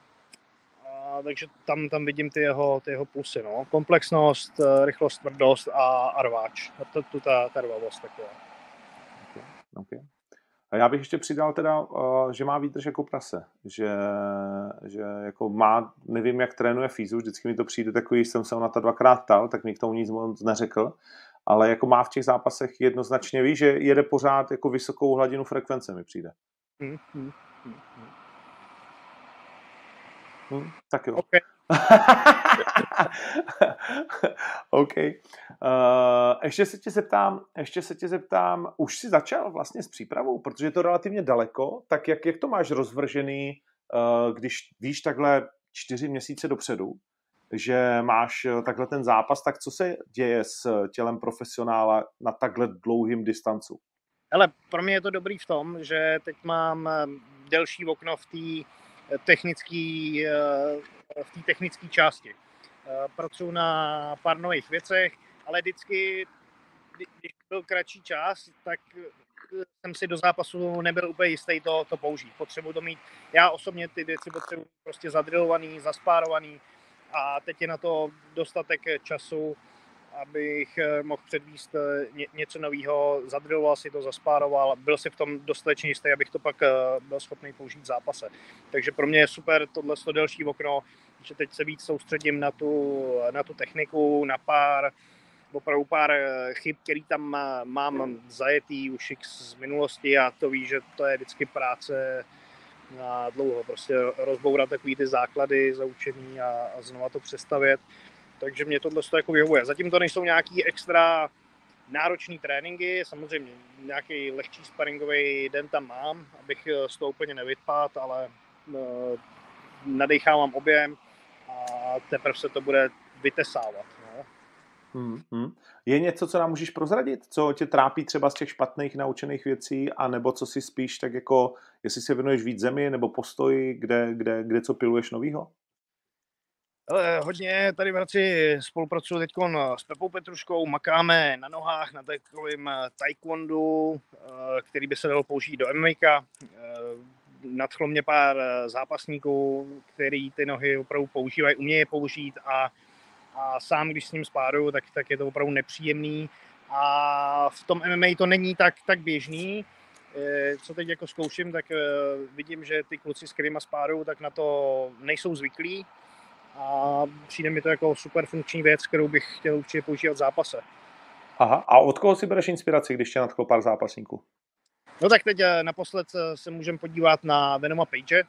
a, takže tam, tam vidím ty jeho, ty jeho plusy, no. Komplexnost, rychlost, tvrdost a, a rváč. A to, to ta, ta rvavost taková. Okay, okay. A já bych ještě přidal teda, uh, že má výdrž jako prase, že, že jako má, nevím, jak trénuje Fízu, vždycky mi to přijde takový, jsem se na to dvakrát ptal, tak mi k tomu nic moc neřekl, ale jako má v těch zápasech jednoznačně, ví, že jede pořád jako vysokou hladinu frekvence, mi přijde. Hmm, hmm, hmm, hmm. Hmm, tak jo. Okay. OK. Uh, ještě se tě zeptám, ještě se tě zeptám, už jsi začal vlastně s přípravou, protože je to relativně daleko, tak jak, jak to máš rozvržený, uh, když víš takhle čtyři měsíce dopředu, že máš takhle ten zápas, tak co se děje s tělem profesionála na takhle dlouhým distancu? Hele, pro mě je to dobrý v tom, že teď mám delší okno v té technické v té technické části. Pracuji na pár nových věcech, ale vždycky, když byl kratší čas, tak jsem si do zápasu nebyl úplně jistý to, to použít. Potřebuji to mít, já osobně ty věci potřebuji prostě zadrilovaný, zaspárovaný a teď je na to dostatek času, abych mohl předvíst něco nového, zadriloval si to, zaspároval, byl si v tom dostatečně jistý, abych to pak byl schopný použít v zápase. Takže pro mě je super tohle delší okno, že teď se víc soustředím na tu, na tu techniku, na pár, opravdu pár chyb, který tam mám zajetý už z minulosti a to ví, že to je vždycky práce na dlouho. Prostě rozbourat takový ty základy zaučený a, a znova to přestavět. Takže mě tohle jako vyhovuje. Zatím to nejsou nějaký extra náročný tréninky, samozřejmě nějaký lehčí sparingový den tam mám, abych z toho úplně nevypadl, ale, nadechávám objem a teprve se to bude vytesávat. No. Hmm, hmm. Je něco, co nám můžeš prozradit? Co tě trápí třeba z těch špatných naučených věcí, anebo co si spíš tak jako, jestli se věnuješ víc zemi nebo postoji, kde, kde, kde co piluješ novýho? Ale hodně tady v Hradci spolupracuji teď s Pepou Petruškou, makáme na nohách na takovým taekwondu, který by se dalo použít do em em á. Nadchlo mě pár zápasníků, který ty nohy opravdu používají, umějí je použít a, a sám, když s ním spáruju, tak, tak je to opravdu nepříjemný. A v tom em em á to není tak, tak běžný. Co teď jako zkouším, tak vidím, že ty kluci, s kterýma spáruju, tak na to nejsou zvyklí. A přijde mi to jako super funkční věc, kterou bych chtěl určitě používat v zápase. Aha, a od koho si bereš inspiraci, když tě nadchlo pár zápasníků? No tak teď naposled se můžeme podívat na Venoma Page,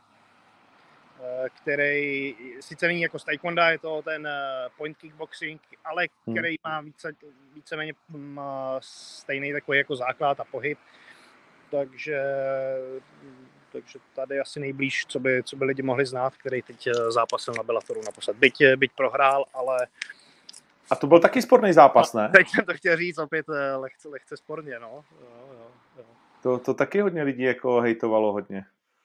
který sice není jako z taekwonda, je to ten point kickboxing, ale který má více, víceméně stejný takový jako základ a pohyb. Takže, takže tady asi nejblíž, co by, co by lidi mohli znát, který teď zápasil na Bellatoru naposled. Byť, byť prohrál, ale... A to byl taky sporný zápas, ne? Teď jsem to chtěl říct opět lehce, lehce sporně, no. Jo, jo, jo. To, to taky hodně lidí jako hejtovalo hodně.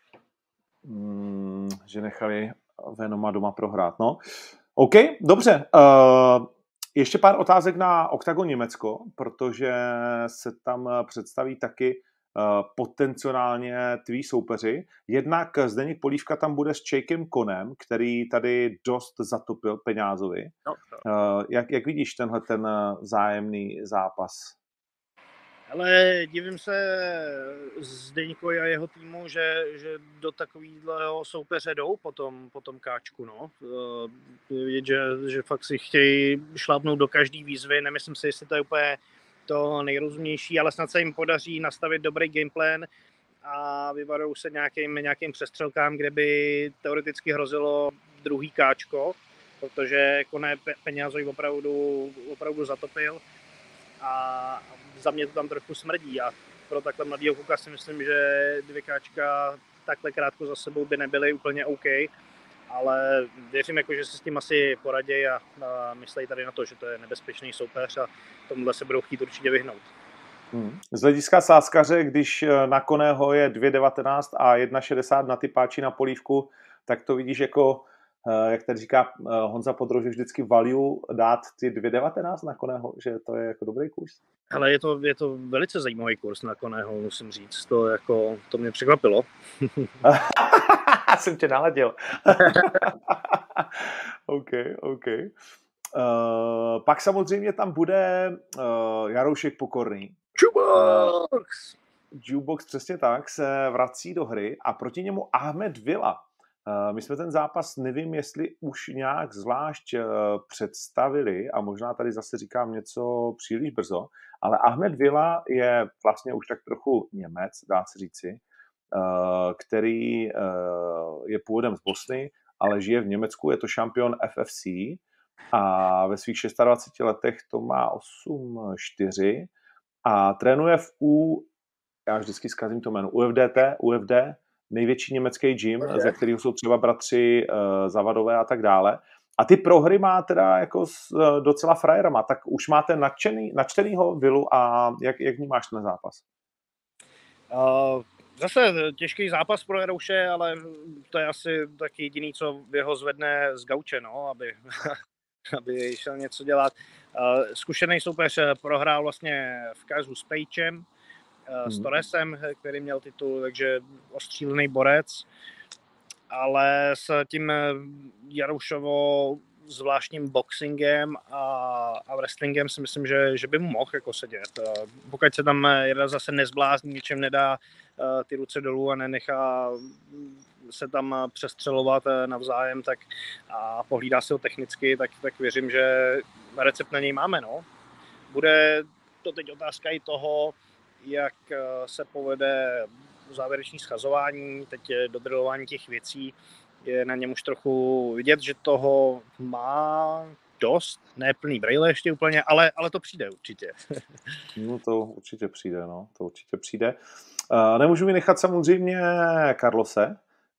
Hmm, že nechali Venoma doma prohrát, no. OK, dobře. Uh, ještě pár otázek na Octagon Německo, protože se tam představí taky uh, potenciálně tví soupeři. Jednak Zdeněk Polívka tam bude s Čejkem Konem, který tady dost zatopil Peňázovi. No, uh, jak, jak vidíš tenhle ten vzájemný zápas? Ale divím se Zdeňkovi a jeho týmu, že, že do takového soupeře jdou po tom, po tom káčku. No. Vidět, že, že fakt si chtějí šlápnout do každý výzvy. Nemyslím si, jestli to je úplně to nejrozumnější, ale snad se jim podaří nastavit dobrý gameplan a vyvarou se nějakým, nějakým přestřelkám, kde by teoreticky hrozilo druhý káčko, protože Koné Peňázovi opravdu, opravdu zatopil. A za mě to tam trochu smrdí a pro takhle mladýho kluka si myslím, že dvě káčka takhle krátko za sebou by nebyly úplně OK, ale věřím, jako, že se s tím asi poradí a, a myslí tady na to, že to je nebezpečný soupeř a tomuhle se budou chtít určitě vyhnout. Hmm. Z hlediska sázkaře, když na Koného je dvě devatenáct a jedna šedesát na typáči na Polívku, tak to vidíš jako, jak tady říká Honza Podrož, vždycky value dát ty dvě devatenáct na Koného, že to je jako dobrý kurz? Ale je to, je to velice zajímavý kurz na Koného, musím říct. To, jako, to mě překvapilo. Jsem tě naladil. OK, OK. Uh, pak samozřejmě tam bude uh, Jaroušek Pokorný. Jukebox! Uh, Jukebox, přesně tak, se vrací do hry a proti němu Ahmed Villa. Uh, my jsme ten zápas, nevím, jestli už nějak zvlášť uh, představili a možná tady zase říkám něco příliš brzo, ale Ahmed Villa je vlastně už tak trochu Němec, dá se říci, uh, který uh, je původem z Bosny, ale žije v Německu, je to šampion F F C a ve svých dvaceti šesti letech to má osm čtyři a trénuje v U, já vždycky zkazím to jméno, U F D T, U F D, největší německý gym, okay, ze kterého jsou třeba bratři uh, Zavadové a tak dále. A ty prohry má teda jako s uh, docela frajerama, tak už máte nadčený, načtenýho Vilu a jak, jak vnímáš ten zápas? Uh, zase těžký zápas pro Jarouše, ale to je asi taky jediný, co jeho zvedne z gauče, no, aby, aby šel něco dělat. Uh, zkušený soupeř prohrál vlastně v Kazu s Pejčem, uh, s Torresem, který měl titul, takže ostřílený borec. Ale s tím Jaroušovo zvláštním boxingem a, a wrestlingem si myslím, že, že by mu mohl jako sedět. Pokud se tam Jara zase nezblázní, ničem nedá uh, ty ruce dolů a nenechá se tam přestřelovat navzájem tak a pohlídá si ho technicky, tak, tak věřím, že recept na něj máme. No. Bude to teď otázka i toho, jak se povede závěrečné schazování, teď je dodrilování těch věcí, je na něm už trochu vidět, že toho má dost, ne plný brejle ještě úplně, ale, ale to přijde určitě. No to určitě přijde, no, to určitě přijde. Uh, nemůžu vynechat samozřejmě Carlose,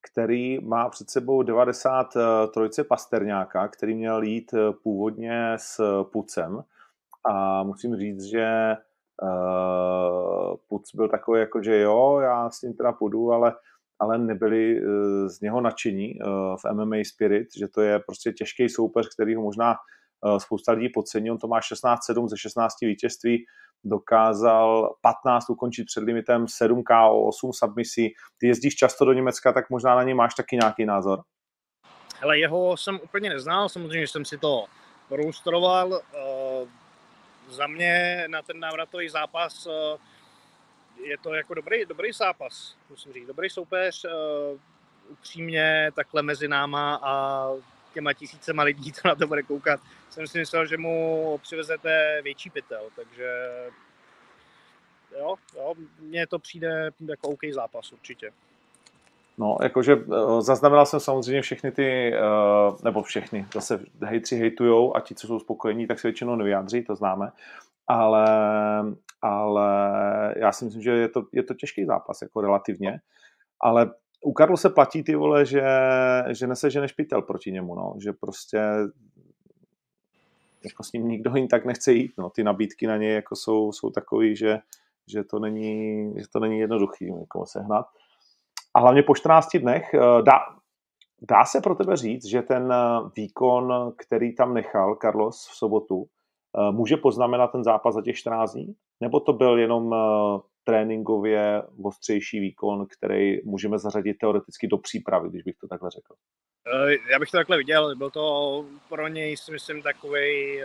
který má před sebou devadesát tři Pasterňáka, který měl jít původně s Pucem. A musím říct, že uh, Puc byl takový, jako, že jo, já s ním teda půjdu, ale, ale nebyli uh, z něho nadšení uh, v M M A Spirit, že to je prostě těžký soupeř, který ho možná uh, spousta lidí podcení. On to má šestnáct sedm ze šestnácti vítězství, dokázal patnáct ukončit před limitem, sedm K O, osm submisí. Ty jezdíš často do Německa, tak možná na něj máš taky nějaký názor? Hele, jeho jsem úplně neznal, samozřejmě jsem si to prolustruoval. Uh... Za mě na ten návratový zápas je to jako dobrý, dobrý zápas, musím říct, dobrý soupeř, upřímně takhle mezi náma a těma tisícema lidí, to na to bude koukat. Jsem si myslel, že mu přivezete větší pytel, takže jo, jo, mně to přijde jako OK zápas určitě. No, jakože uh, zaznamenal jsem samozřejmě všechny ty, uh, nebo všechny, zase hejtři hejtujou a ti, co jsou spokojení, tak se většinou nevyjádří, to známe, ale, ale já si myslím, že je to, je to těžký zápas, jako relativně, ale u Karlu se platí ty vole, že, že neseženeš pytel proti němu, no, že prostě jako s ním nikdo jiný tak nechce jít, no, ty nabídky na něj jako jsou, jsou takový, že, že, to není, že to není jednoduchý někoho sehnat. A hlavně po čtrnácti dnech dá, dá se pro tebe říct, že ten výkon, který tam nechal Carlos v sobotu, může poznamenat ten zápas za těch čtrnáct dní? Nebo to byl jenom tréninkově ostřejší výkon, který můžeme zařadit teoreticky do přípravy, když bych to takhle řekl? Já bych to takhle viděl. Byl to pro něj, si myslím, takovej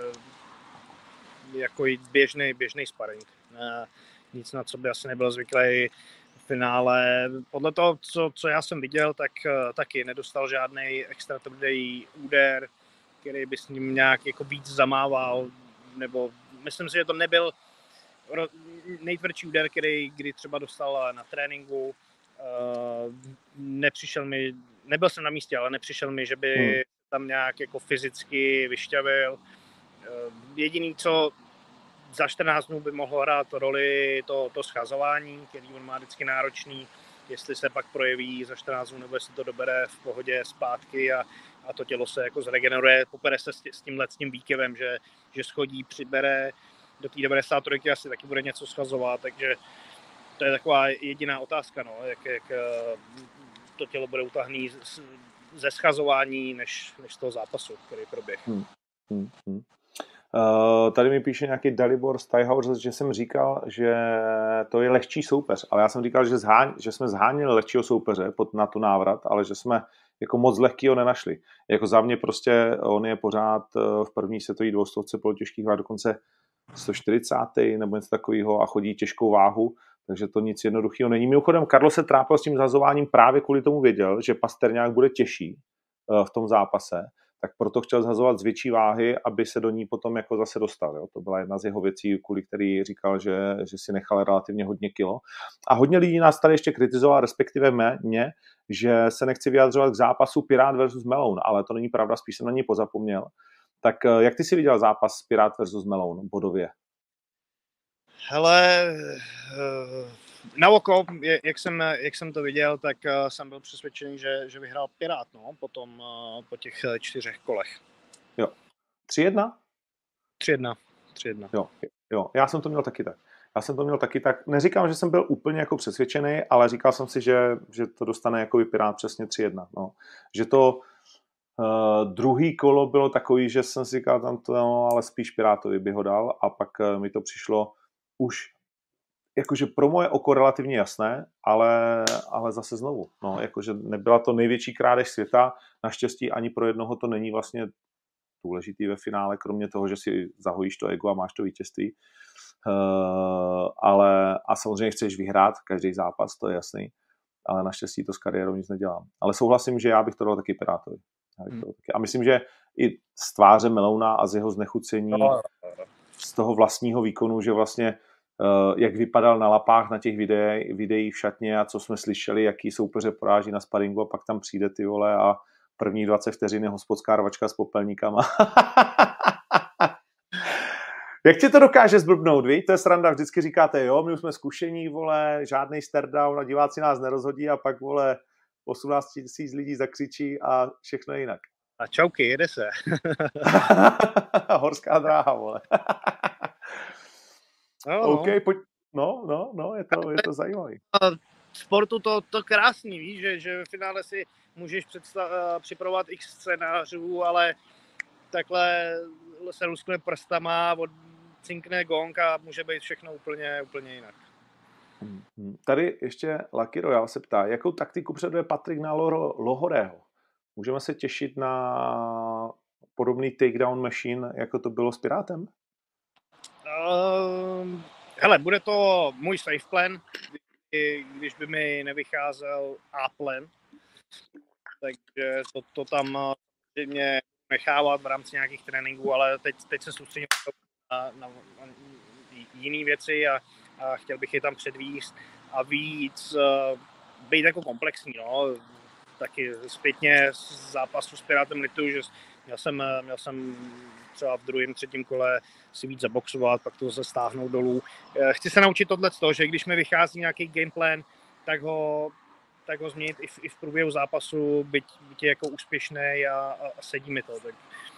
jako běžný, běžný sparring. Nic, na co by asi nebyl zvyklý v finále. Podle toho, co, co já jsem viděl, tak taky nedostal žádný extra tvrdý úder, který by s ním nějak jako víc zamával, nebo myslím si, že to nebyl nejtvrdší úder, který kdy třeba dostal na tréninku. Nepřišel mi, nebyl jsem na místě, ale nepřišel mi, že by hmm. tam nějak jako fyzicky vyšťavil. Jediný, co za čtrnáct dnů by mohlo hrát roli to, to schazování, který on má vždycky náročný, jestli se pak projeví za čtrnáct dnů, nebo jestli to dobere v pohodě zpátky a, a to tělo se jako zregeneruje, popere se s, s tímhle s tím výkyvem, že, že schodí, přibere, do té devadesát tři asi taky bude něco schazovat, takže to je taková jediná otázka, no, jak, jak to tělo bude utahný ze schazování, než, než z toho zápasu, který proběh. Hmm. Hmm. Hmm. Uh, tady mi píše nějaký Dalibor Steihaus, že jsem říkal, že to je lehčí soupeř, ale já jsem říkal, že, zháň, že jsme zháněli lehčího soupeře pod, na tu návrat, ale že jsme jako moc lehkýho nenašli. Jako za mě prostě on je pořád v první světové dvoustovce polotěžkých váh, dokonce sto čtyřicátý nebo něco takového a chodí těžkou váhu, takže to nic jednoduchého není. Mimochodem, Carlos se trápil s tím zhazováním právě kvůli tomu věděl, že Pasterňák bude těžší v tom zápase, tak proto chtěl zhazovat z větší váhy, aby se do ní potom jako zase dostal. Jo. To byla jedna z jeho věcí, kvůli který říkal, že, že si nechal relativně hodně kilo. A hodně lidí nás tady ještě kritizoval, respektive mě, že se nechci vyjadřovat k zápasu Pirát versus Meloun, ale to není pravda, spíš jsem na něj pozapomněl. Tak jak ty si viděl zápas Pirát versus Meloun bodově? Hele, na oko, jak jsem, jak jsem to viděl, tak jsem byl přesvědčený, že, že vyhrál Pirát, no, potom po těch čtyřech kolech. Jo. tři jedna? tři jedna. tři jedna. Jo, jo, já jsem to měl taky tak. Já jsem to měl taky tak. Neříkám, že jsem byl úplně jako přesvědčený, ale říkal jsem si, že, že to dostane jako Pirát přesně tři jedna. No. Že to uh, druhý kolo bylo takový, že jsem si říkal tam to, no, ale spíš Pirátovi by ho dal a pak uh, mi to přišlo už jakože pro moje oko relativně jasné, ale, ale zase znovu. No, jakože nebyla to největší krádež světa, naštěstí ani pro jednoho to není vlastně důležitý ve finále, kromě toho, že si zahojíš to ego a máš to vítězství. Uh, ale a samozřejmě chceš vyhrát každý zápas, to je jasný, ale naštěstí to s kariérou nic nedělám. Ale souhlasím, že já bych to dal taky Pirátovi. Hmm. To taky. A myslím, že i z tváře Melouna a z jeho znechucení no. z toho vlastního výkonu, že vlastně Uh, jak vypadal na lapách na těch videí, videí v šatně a co jsme slyšeli, jaký soupeře poráží na sparingu a pak tam přijde ty vole a první dvacet vteřin je hospodská rvačka s popelníkama. Jak ti to dokáže zblbnout, víš? To je sranda, vždycky říkáte, jo, my už jsme zkušení, vole, žádný stare down a diváci nás nerozhodí a pak, vole, osmnáct tisíc lidí zakřičí a všechno je jinak. A čauky, jede se. Horská dráha, vole. No, OK, no. pojď. No, no, no, je to, je to zajímavý. Sportu to, to krásný, víš, že, že v finále si můžeš představ, připravovat x scénářů, ale takhle se luskne prstama, od cinkne gong a může být všechno úplně, úplně jinak. Tady ještě Lucky Royal se ptá, jakou taktiku předuje Patrik na Lohorého? Můžeme se těšit na podobný takedown machine, jako to bylo s Pirátem? Uh, hele, bude to můj safe plan, když by mi nevycházel A-plan. Takže to, to tam mě nechávat v rámci nějakých tréninků, ale teď, teď se soustředím na, na, na jiné věci a, a chtěl bych je tam předvíst a víc uh, být jako komplexní. No. Taky zpětně z zápasu s Pirátem lituju, že měl jsem, měl jsem třeba v druhém, třetím kole si víc zaboxovat, pak to zase stáhnout dolů. Chci se naučit tohleto, že když mi vychází nějaký gameplan, tak ho, tak ho změnit i v, i v průběhu zápasu, byť, byť je jako úspěšný a, a, a sedí mi to. Tak.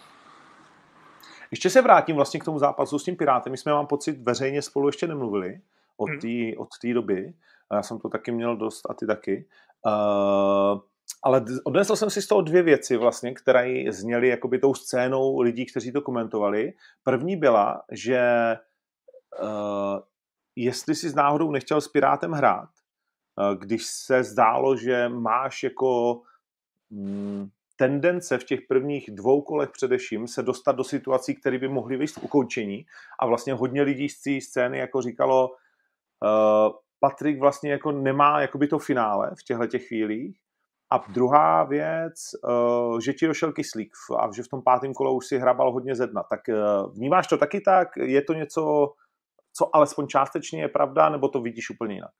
Ještě se vrátím vlastně k tomu zápasu s tím Pirátem. My jsme, mám pocit, veřejně spolu ještě nemluvili od té hmm. od té doby. Já jsem to taky měl dost a ty taky. Uh, ale odnesl jsem si z toho dvě věci vlastně, které zněly jakoby tou scénou lidí, kteří to komentovali. První byla, že uh, jestli jsi s náhodou nechtěl s Pirátem hrát, uh, když se zdálo, že máš jako mm, tendence v těch prvních dvou kolech především se dostat do situací, které by mohly vyjít v ukončení a vlastně hodně lidí z té scény jako říkalo, uh, Patrik vlastně jako nemá jakoby to finále v těchto těch chvílích. A druhá věc, uh, že ti došel kyslík a že v tom pátém kole už si hrabal hodně ze dna. Tak uh, vnímáš to taky tak? Je to něco, co alespoň částečně je pravda, nebo to vidíš úplně jinak?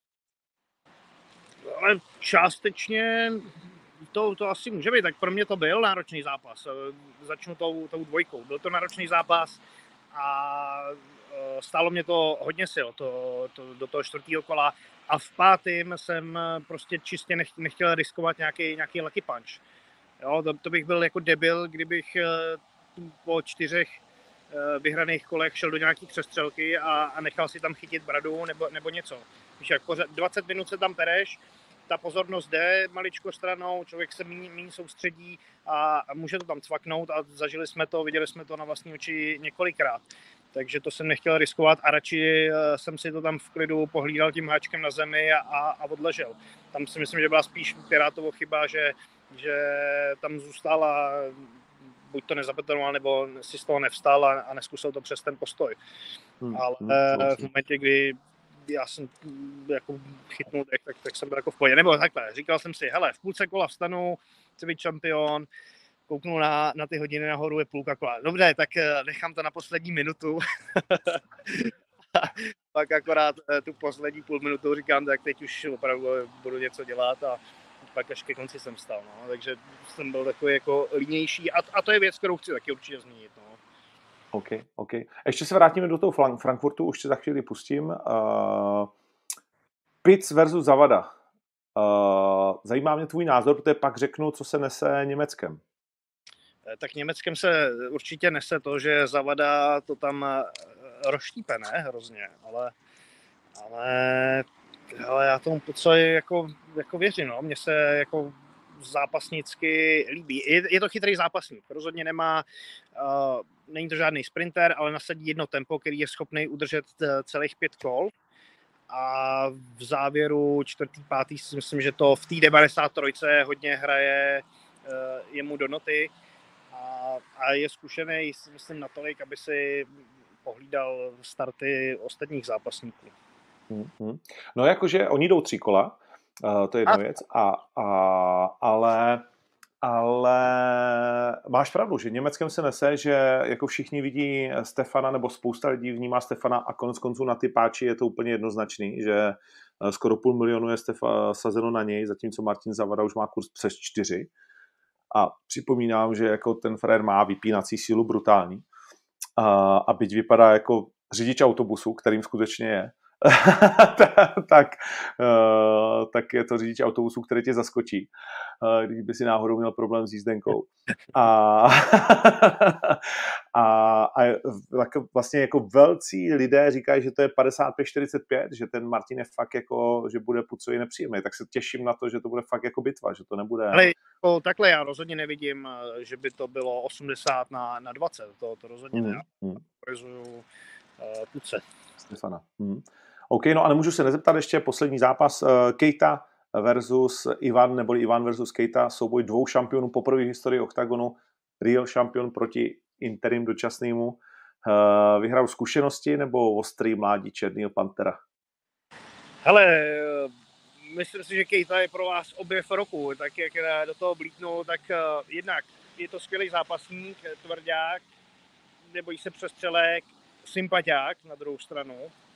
Ale částečně to, to asi může být. Tak pro mě to byl náročný zápas. Začnu tou, tou dvojkou. Byl to náročný zápas a stálo mě to hodně sil to, to, do toho čtvrtého kola a v pátém jsem prostě čistě nech, nechtěl riskovat nějaký, nějaký lucky punch. Jo, to, to bych byl jako debil, kdybych po čtyřech vyhraných kolech šel do nějaký přestřelky a, a nechal si tam chytit bradu nebo, nebo něco. Víš, jak pořád, dvacet minut se tam pereš, ta pozornost jde maličko stranou, člověk se méně, méně soustředí a, a může to tam cvaknout a zažili jsme to, viděli jsme to na vlastní oči několikrát. Takže to jsem nechtěl riskovat a radši jsem si to tam v klidu pohlídal tím háčkem na zemi a, a, a odležel. Tam si myslím, že byla spíš Pirátovo chyba, že, že tam zůstal a buď to nezapetoval, nebo si z toho nevstal a, a neskusil to přes ten postoj. Hmm, Ale hmm, v momentě, kdy já jsem jako chytnul, tak, tak, tak jsem byl jako v pohodě. Nebo takhle, říkal jsem si, hele, v půlce kola vstanu, chci být šampion, kouknu na, na ty hodiny nahoru, je půlka kola. Dobře, tak nechám to na poslední minutu. Pak akorát tu poslední půl minutu říkám, tak teď už opravdu budu něco dělat a pak až ke konci jsem stal. No. Takže jsem byl takový jako línější a, a to je věc, kterou chci taky určitě změnit. No. OK, OK. Ještě se vrátíme do toho Frankfurtu, už se za chvíli pustím. Uh, Pitts versus Zavada. Uh, zajímá mě tvůj názor, protože pak řeknu, co se nese Německem. Tak Německem se určitě nese to, že Zavada to tam rozštípe, ne? Hrozně, ale, ale, ale já tomu celé jako, jako věřím, no. Mně se jako zápasnicky líbí. Je, je to chytrý zápasník, rozhodně nemá, uh, není to žádný sprinter, ale nasadí jedno tempo, který je schopný udržet celých pět kol. A v závěru čtvrtý, pátý si myslím, že to v té devadesát tři hodně hraje uh, jemu do noty. A, a je zkušený, myslím, natolik, aby si pohlídal starty ostatních zápasníků. Mm-hmm. No jakože oni jdou tři kola, uh, to je jedna a... věc, a, a, ale, ale máš pravdu, že Německem se nese, že jako všichni vidí Stefana, nebo spousta lidí vnímá Stefana a konec konců na ty páči je to úplně jednoznačný, že skoro půl milionu je Stefa sazeno na něj, zatímco Martin Zavada už má kurz přes čtyři. A připomínám, že jako ten frér má vypínací sílu brutální. A, a byť vypadá jako řidič autobusu, kterým skutečně je, tak, uh, tak je to řidič autobusu, který tě zaskočí, uh, když by si náhodou měl problém s jízdenkou. A, a, a vlastně jako velcí lidé říkají, že to je padesát pět čtyřicet pět, že ten Martin je fakt jako, že bude pucový nepříjemný, tak se těším na to, že to bude fakt jako bitva, že to nebude... Ale jako takhle já rozhodně nevidím, že by to bylo osmdesát na, na dvacet, to, to rozhodně mm, ne. Mm. Prizuju uh, Puce. Stefana. Mm. OK, no a nemůžu se nezeptat ještě poslední zápas. Uh, Keita versus Ivan, neboli Ivan versus Keita, souboj dvou šampionů poprvé v historii OKTAGONu, real šampion proti interim dočasnému. Uh, vyhrál zkušenosti nebo ostrý mládí Černýho Pantera? Hele, myslím si, že Keita je pro vás objev roku, tak jak do toho blítnu, tak uh, jednak je to skvělý zápasník, tvrdák, nebojí se přestřelek, sympatiák na druhou stranu.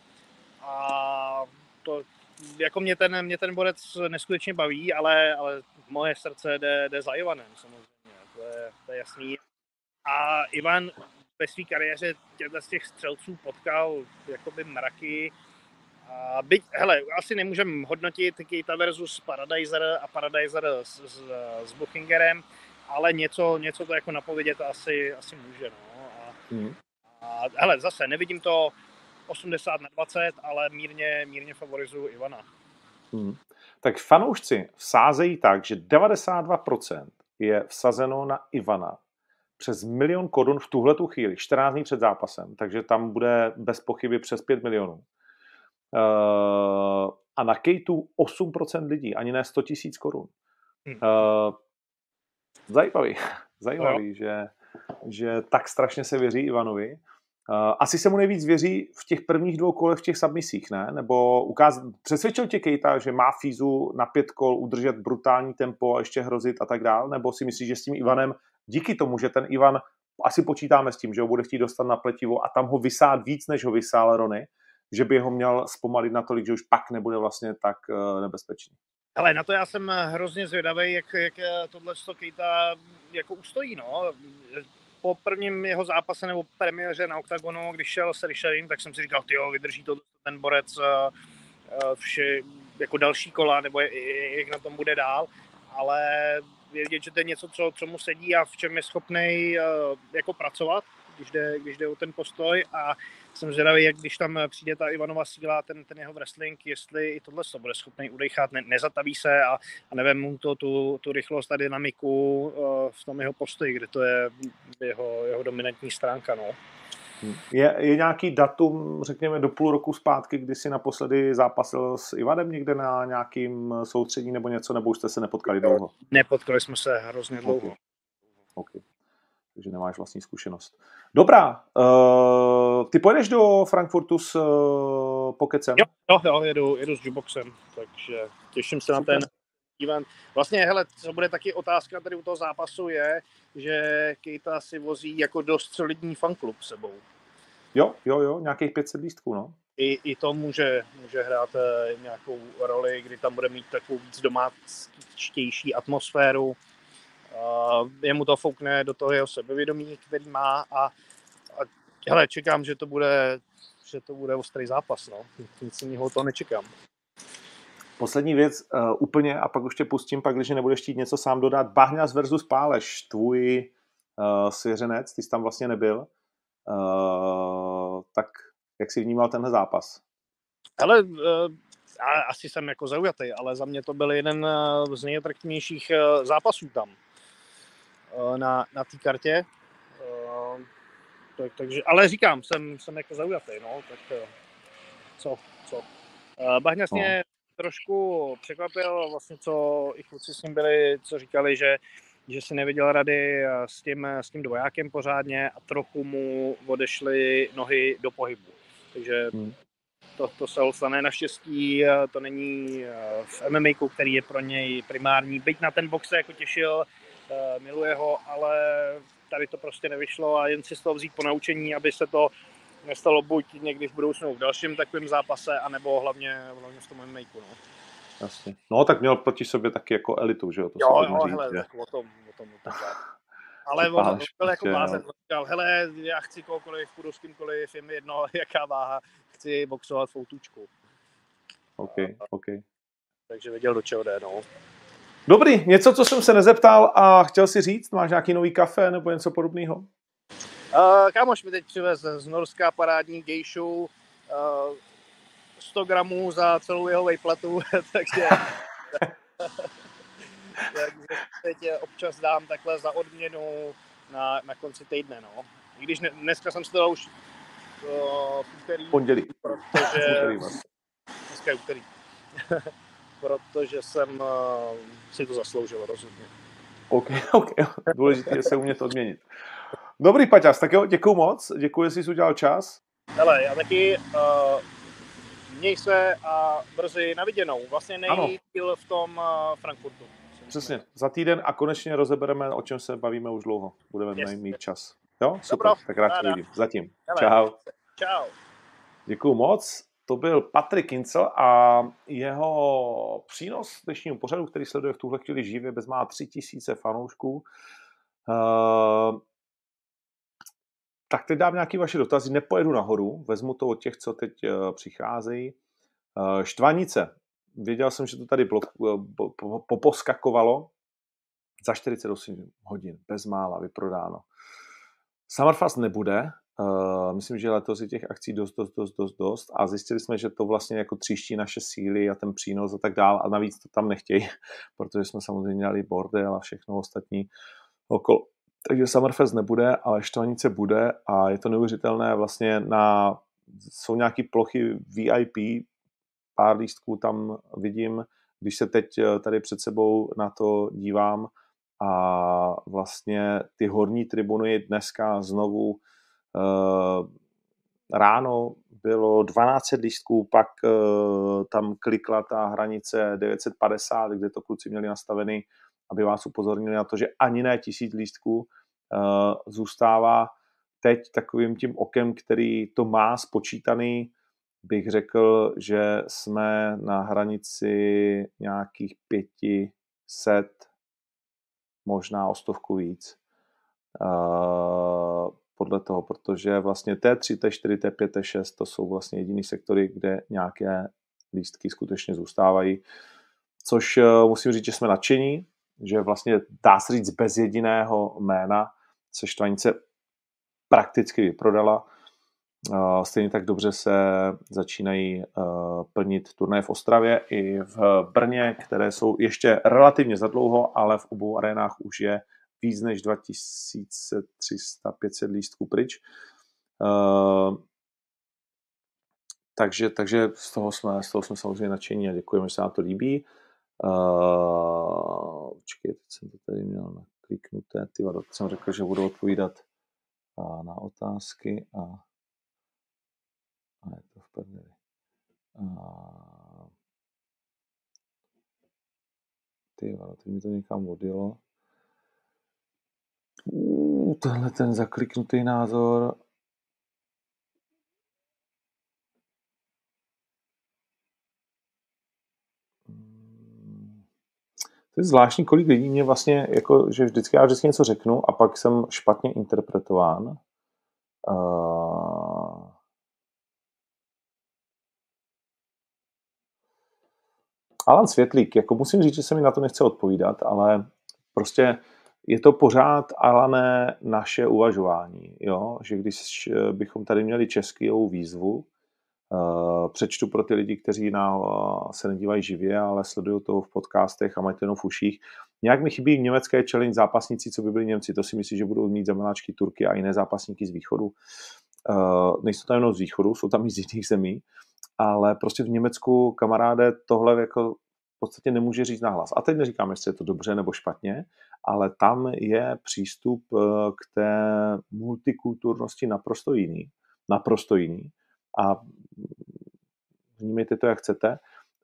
A to, jako mě ten, mě ten borec neskutečně baví, ale, ale moje srdce jde, jde za Ivanem samozřejmě, to je, to je jasný. A Ivan ve své kariéře těchto z těch střelců potkal jakoby mraky. A byť, hele, asi nemůžeme hodnotit Keita versus Paradiser a Paradiser s, s, s Buchingerem, ale něco, něco to jako napovědět asi, asi může. No. A, mm. a hele, zase nevidím to osmdesát na dvacet, ale mírně, mírně favorizuju Ivana. Hmm. Tak fanoušci vsázejí tak, že devadesát dva procent je vsazeno na Ivana přes milion korun v tuhletu chvíli, čtrnáct dní před zápasem, takže tam bude bez pochyby přes pět milionů. Uh, a na Keitu osm procent lidí, ani ne sto tisíc korun. Hmm. Uh, zajímavý, zajímavý, no. že, že tak strašně se věří Ivanovi. Uh, asi se mu nejvíc věří v těch prvních dvou kolech v těch submisích, ne? Nebo ukáz... přesvědčil tě Keita, že má fízu na pět kol udržet brutální tempo a ještě hrozit a tak dál? Nebo si myslíš, že s tím Ivanem, díky tomu, že ten Ivan, asi počítáme s tím, že ho bude chtít dostat na pletivo a tam ho vysát víc, než ho vysál Rony, že by ho měl zpomalit natolik, že už pak nebude vlastně tak uh, nebezpečný? Ale na to já jsem hrozně zvědavý, jak, jak tohle Keita jako ustojí, no. Po prvním jeho zápase nebo premiéře na OKTAGONu, když šel s Richardem, tak jsem si říkal, tyjo, vydrží to ten borec vše, jako další kola, nebo jak na tom bude dál, ale vědět, že to je něco, co, co mu sedí a v čem je schopnej jako pracovat, když jde, když jde o ten postoj, a jsem zvědavý, jak když tam přijde ta Ivanova síla, ten, ten jeho wrestling, jestli i tohle se bude schopný udejchat, ne, nezataví se a, a nevím mu to, tu, tu rychlost a dynamiku uh, v tom jeho postoji, kde to je jeho, jeho dominantní stránka. No. Je, je nějaký datum, řekněme, do půl roku zpátky, kdy jsi naposledy zápasil s Ivanem někde na nějakým soustředí nebo něco, nebo už jste se nepotkali dlouho? Nepotkali jsme se hrozně dlouho. Okay. Okay. Takže nemáš vlastní zkušenost. Dobrá, uh, ty pojedeš do Frankfurtu s uh, Pokecem? Jo, jo, jo jedu, jedu s Juboxem, takže těším se Super. na ten event. Vlastně, hele, co bude taky otázka tady u toho zápasu je, že Keita si vozí jako dost solidní fanklub s sebou. Jo, jo, jo, nějakých pět set lístků, no. I, i to může, může hrát eh, nějakou roli, kdy tam bude mít takovou víc domáctější atmosféru. Uh, jemu to foukne do toho jeho sebevědomí, který má, a, a hele, čekám, že to bude, že to bude ostrý zápas, no. Nic jiného to nečekám. Poslední věc, uh, úplně, a pak už tě pustím, pak když nebudeš chtít něco sám dodat. Bahňas versus Páleš, tvůj uh, svěřenec, ty jsi tam vlastně nebyl. Uh, tak jak jsi vnímal tenhle zápas? Hele, uh, asi jsem jako zaujatý, ale za mě to byl jeden z nejatraktivnějších uh, zápasů tam. na, na té kartě. Uh, tak, takže, ale říkám, jsem, jsem jako zaujatý, no, tak uh, co, co. Uh, Bahňas no. mě trošku překvapil, vlastně, co i kluci s ním byli, co říkali, že, že si nevěděl rady s tím, s tím dvojákem pořádně a trochu mu odešly nohy do pohybu. Takže hmm. to, to se stane naštěstí, to není v M M A, který je pro něj primární. Byť na ten box se jako těšil, miluje ho, ale tady to prostě nevyšlo a jen si z toho vzít po naučení, aby se to nestalo buď někdy v budoucnu v dalším takovém zápase, anebo hlavně, hlavně v tom M M A. No. Jasně. No tak měl proti sobě taky jako elitu, že jo? To jo, jo, hele, tak o tom, o tom, o tom Ale on, on byl jako blázen. On říkal, hele, já chci kohokoliv, půjdu s kýmkoliv, je mi jedno, jaká váha, chci boxovat foutučku. OK, OK. Takže věděl, do čeho jde, no. Dobrý, něco, co jsem se nezeptal a chtěl si říct, máš nějaký nový kafe nebo něco podobného? Uh, kámoš mi teď přivez z Norska parádní gejšu, uh, sto gramů za celou jeho vejplatu, takže teď občas dám takhle za odměnu na, na konci týdne, no. I když ne, dneska jsem si to dal už uh, v úterý, pondělí, protože dneska je úterý, protože jsem uh, si to zasloužil rozhodně. OK, OK, důležité je se umět odměnit. Dobrý, Paťas, tak jo, děkuju moc, děkuji, že jsi udělal čas. Hele, já taky, uh, měj se a brzy na viděnou. Vlastně nejdýl v tom uh, Frankfurtu. Přesně, za týden a konečně rozebereme, o čem se bavíme už dlouho. Budeme yes. mít čas. Jo, super, Dobro, tak rád tě vidím. Zatím. Hele, Čau. Čau. Děkuju moc. To byl Patrik Kincl a jeho přínos dnešnímu pořadu, který sleduje v tuhle chvíli živě, bezmála tři tisíce fanoušků. Uh, tak teď dám nějaký vaše dotazy. Nepojedu nahoru, vezmu to od těch, co teď uh, přicházejí. Uh, Štvanice. Věděl jsem, že to tady blok, uh, poposkakovalo. Za čtyřicet osm hodin, bezmála, vyprodáno. Summerfest nebude. Uh, myslím, že letos je těch akcí dost, dost, dost, dost, dost a zjistili jsme, že to vlastně jako tříští naše síly a ten přínos a tak dál a navíc to tam nechtějí, protože jsme samozřejmě měli bordel a všechno ostatní okolo. Takže Summerfest nebude, ale Štvanice bude a je to neuvěřitelné vlastně na, jsou nějaký plochy V I P, pár lístků tam vidím, když se teď tady před sebou na to dívám a vlastně ty horní tribuny dneska znovu Uh, ráno bylo dvanáct set lístků, pak uh, tam klikla ta hranice devět set padesát, kde to kluci měli nastavený, aby vás upozornili na to, že ani ne tisíc lístků uh, zůstává teď takovým tím okem, který to má spočítaný. Bych řekl, že jsme na hranici nějakých pěti set, možná o stovku víc. Uh, podle toho, protože vlastně T tři, T čtyři, T pět, T šest to jsou vlastně jediný sektory, kde nějaké lístky skutečně zůstávají. Což uh, musím říct, že jsme nadšení, že vlastně dá se říct bez jediného jména se Štvanice prakticky vyprodala. Uh, stejně tak dobře se začínají uh, plnit turnaje v Ostravě i v Brně, které jsou ještě relativně zadlouho, ale v obou arénách už je víc než dva tisíce tři sta pět set lístků pryč. Uh, takže, takže z toho jsme, z toho jsme samozřejmě nadšení a děkujeme, že se nám to líbí. Uh, počkej, teď jsem to tady měl nakliknuté. Ty vado, jsem řekl, že budu odpovídat uh, na otázky a, a je to v prdeli. Uh, ty vado, teď mi to někam odjelo. Uh, tenhle ten zakliknutý názor. To je zvláštní, kolik lidí mě vlastně, jako, že vždycky já vždycky něco řeknu a pak jsem špatně interpretován. Uh... Alan Světlík, jako musím říct, že se mi na to nechce odpovídat, ale prostě je to pořád, Alané, naše uvažování, jo? Že když bychom tady měli českou výzvu, uh, přečtu pro ty lidi, kteří na, uh, se nedívají živě, ale sledují to v podcastech a mají to jenom v uších. Nějak mi chybí německé challenge zápasníci, co by byli Němci. To si myslím, že budou mít zemiláčky Turky a jiné zápasníky z východu. Uh, nejsou tam jenom z východu, jsou tam i z jiných zemí, ale prostě v Německu, kamaráde, tohle jako v podstatě nemůže říct nahlas. A teď neříkám, jestli je to dobře nebo špatně, ale tam je přístup k té multikulturnosti naprosto jiný. Naprosto jiný. A vnímejte to, jak chcete.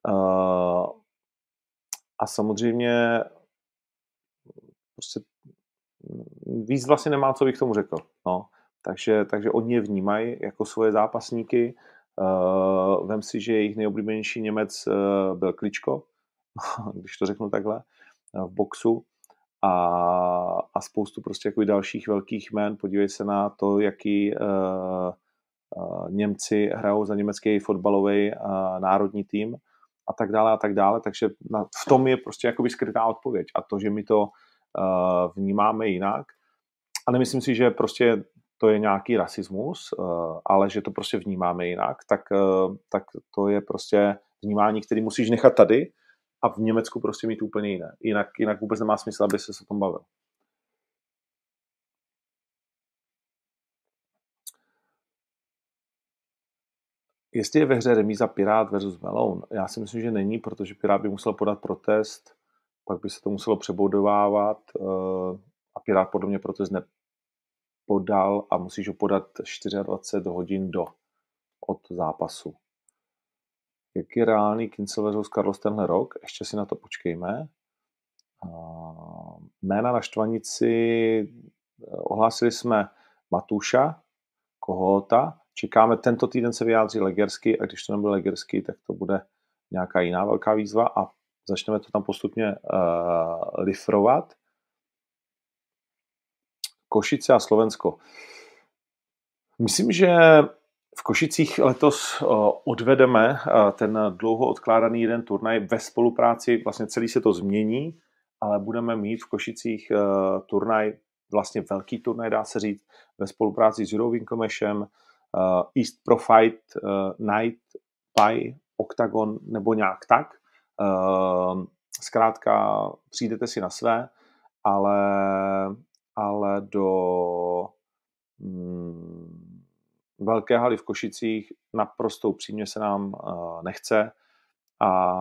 A samozřejmě prostě víc vlastně nemám, co bych tomu řekl. No. Takže, takže oni je vnímají jako svoje zápasníky. Vem si, že jejich nejoblíbenější Němec byl Kličko, když to řeknu takhle, v boxu. a, a spoustu prostě jako dalších velkých jmen. Podívej se na to, jaký uh, uh, Němci hrajou za německý fotbalový uh, národní tým a tak dále a tak dále. Takže na, v tom je prostě jakoby skrytá odpověď. A to, že my to uh, vnímáme jinak. A nemyslím si, že prostě to je nějaký rasismus, uh, ale že to prostě vnímáme jinak, tak, uh, tak to je prostě vnímání, který musíš nechat tady a v Německu prostě mít úplně jiné. Jinak, jinak vůbec nemá smysl, aby se o tom bavil. Jestli je ve hře remíza Pirát versus Meloun, já si myslím, že není, protože Pirát by musel podat protest, pak by se to muselo přeboudovávat a Pirát podle mě protest nepodal a musíš ho podat dvacet čtyři hodin do od zápasu. Jak je reálný Kincel versus Carlos tenhle rok? Ještě si na to počkejme. Jména na štvanici ohlásili jsme Matuša, Kohota. Čekáme, tento týden se vyjádří Legersky a když to nebude Legersky, tak to bude nějaká jiná velká výzva a začneme to tam postupně uh, lifrovat. Košice a Slovensko. Myslím, že v Košicích letos uh, odvedeme uh, ten dlouho odkládaný jeden turnaj ve spolupráci, vlastně celý se to změní, ale budeme mít v Košicích uh, turnaj, vlastně velký turnaj, dá se říct, ve spolupráci s Jurou Vinkomešem, Uh, East Pro Fight, uh, Night, Pie, Octagon nebo nějak tak. Uh, zkrátka přijdete si na své, ale, ale do mm, velké haly v Košicích naprosto upřímně se nám uh, nechce a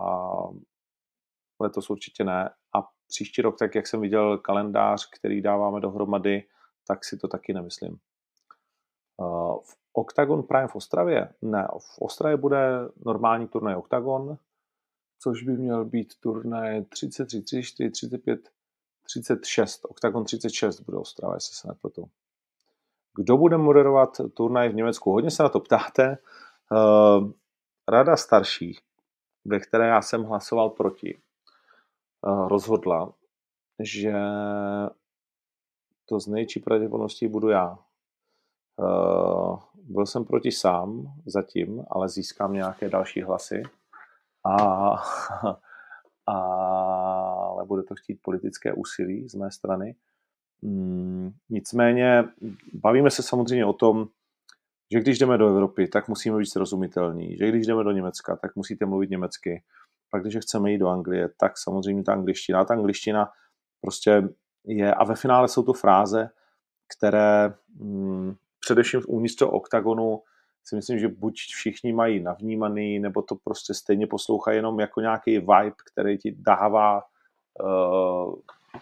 letos určitě ne. A příští rok, tak jak jsem viděl kalendář, který dáváme dohromady, tak si to taky nemyslím. V Octagon Prime v Ostravě? Ne, v Ostravě bude normální turnaj Octagon, což by měl být turnaj třicet tři, třicet čtyři, třicet pět, třicet šest. Octagon třicet šest bude Ostrava, jestli se nepletu. Kdo bude moderovat turnaj v Německu? Hodně se na to ptáte. Rada starších, ve které já jsem hlasoval proti, rozhodla, že to z největší pravděpodobností budu já. Uh, byl jsem proti sám zatím, ale získám nějaké další hlasy. A, a, ale bude to chtít politické úsilí z mé strany. Mm, nicméně bavíme se samozřejmě o tom, že když jdeme do Evropy, tak musíme být srozumitelní. Že když jdeme do Německa, tak musíte mluvit německy. Pak když chceme jít do Anglie, tak samozřejmě ta angličtina. Ta angličtina prostě je, a ve finále jsou to fráze, které mm, především uvnitř toho oktagonu si myslím, že buď všichni mají navnímaný, nebo to prostě stejně poslouchají jenom jako nějaký vibe, který ti dává uh,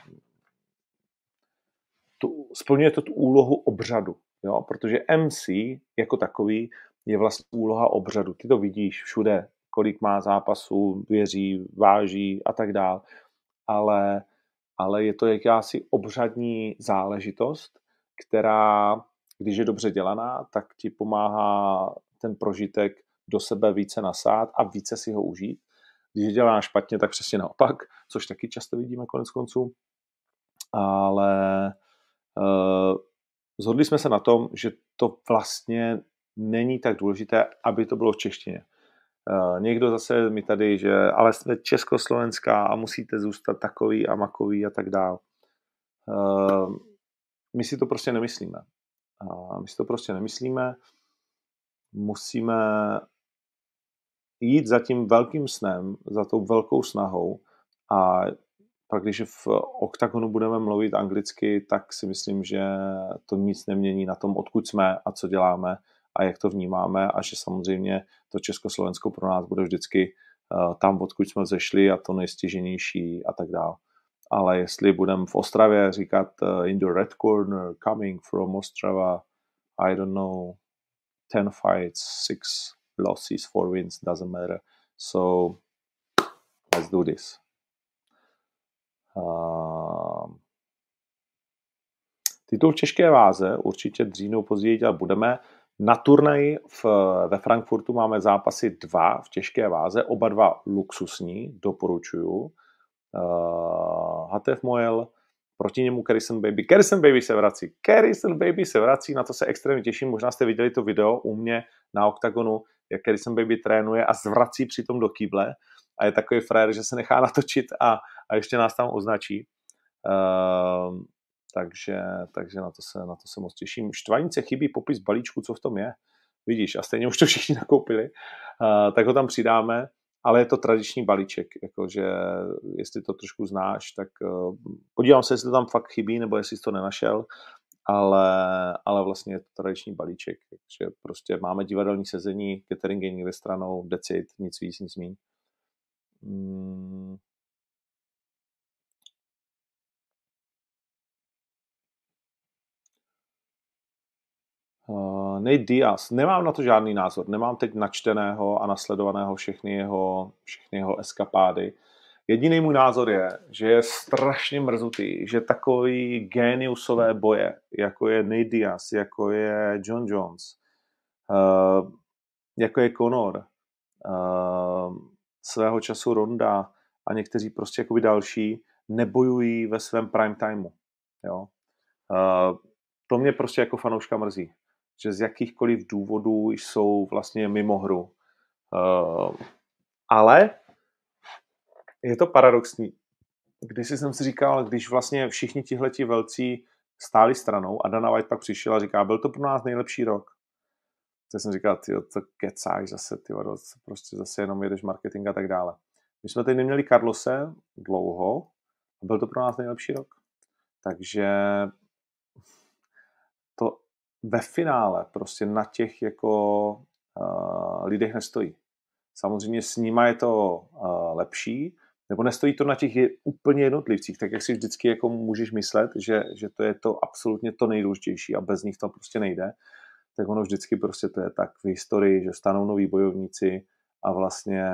tu, splňuje to tu úlohu obřadu, jo? Protože M C jako takový je vlastně úloha obřadu. Ty to vidíš všude, kolik má zápasů, věří, váží a tak dál, ale, ale je to jakási obřadní záležitost, která, když je dobře dělaná, tak ti pomáhá ten prožitek do sebe více nasát a více si ho užít. Když je dělaná špatně, tak přesně naopak, což taky často vidíme konec konců. Ale uh, shodli jsme se na tom, že to vlastně není tak důležité, aby to bylo v češtině. Uh, někdo zase mi tady, že ale jsme Československá a musíte zůstat takový a makový a tak dál. Uh, my si to prostě nemyslíme. Uh, my si to prostě nemyslíme. Musíme jít za tím velkým snem, za tou velkou snahou a pak, když v oktagonu budeme mluvit anglicky, tak si myslím, že to nic nemění na tom, odkud jsme a co děláme a jak to vnímáme a že samozřejmě to Československo pro nás bude vždycky uh, tam, odkud jsme zešli a to nejstěženější a tak dále. Ale jestli budeme v Ostravě říkat uh, in the red corner, coming from Ostrava, I don't know, ten fights, six losses, four wins, doesn't matter. So, let's do this. Uh, titul v těžké váze určitě dřív nebo později dělat budeme. Na turnaji v, ve Frankfurtu máme zápasy dva v těžké váze, oba dva luxusní, doporučuju. uh, Hatef Moel, proti němu Carison Baby. Carison Baby se vrací. Carison Baby se vrací, na to se extrémně těším. Možná jste viděli to video u mě na Octagonu, jak Carison Baby trénuje a zvrací přitom do kýble. A je takový frajer, že se nechá natočit a, a ještě nás tam označí. Uh, takže, takže na to se, na to se moc těším. Štvanice chybí popis balíčku, co v tom je. Vidíš, a stejně už to všichni nakoupili. Uh, tak ho tam přidáme. Ale je to tradiční balíček, jakože jestli to trošku znáš, tak uh, podívám se, jestli to tam fakt chybí, nebo jestli jsi to nenašel, ale, ale vlastně je to tradiční balíček, takže prostě máme divadelní sezení, catering je někde stranou, decid, nic víc, nic míň. Hmm. Uh, Nate Diaz, nemám na to žádný názor, nemám teď načteného a nasledovaného všechny jeho, všechny jeho eskapády. Jediný můj názor je, že je strašně mrzutý, že takový géniusové boje, jako je Nate Diaz, jako je John Jones, uh, jako je Conor, uh, svého času Ronda a někteří prostě jakoby další, nebojují ve svém prime timeu. Jo? Uh, to mě prostě jako fanouška mrzí, že z jakýchkoliv důvodů jsou vlastně mimo hru. Uh, ale je to paradoxní. Když jsem si říkal, když vlastně všichni tihleti velcí stáli stranou a Dana White pak přišel a říká, byl to pro nás nejlepší rok. Tak jsem říkal, tyjo, to kecáš zase, tyjo, prostě zase jenom jedeš marketing a tak dále. My jsme teď neměli Carlose dlouho a byl to pro nás nejlepší rok. Takže to ve finále prostě na těch jako uh, lidech nestojí. Samozřejmě s nima je to uh, lepší, nebo nestojí to na těch je, úplně jednotlivcích, tak jak si vždycky jako můžeš myslet, že, že to je to absolutně to nejdůležitější a bez nich to prostě nejde, tak ono vždycky prostě to je tak v historii, že stanou noví bojovníci a vlastně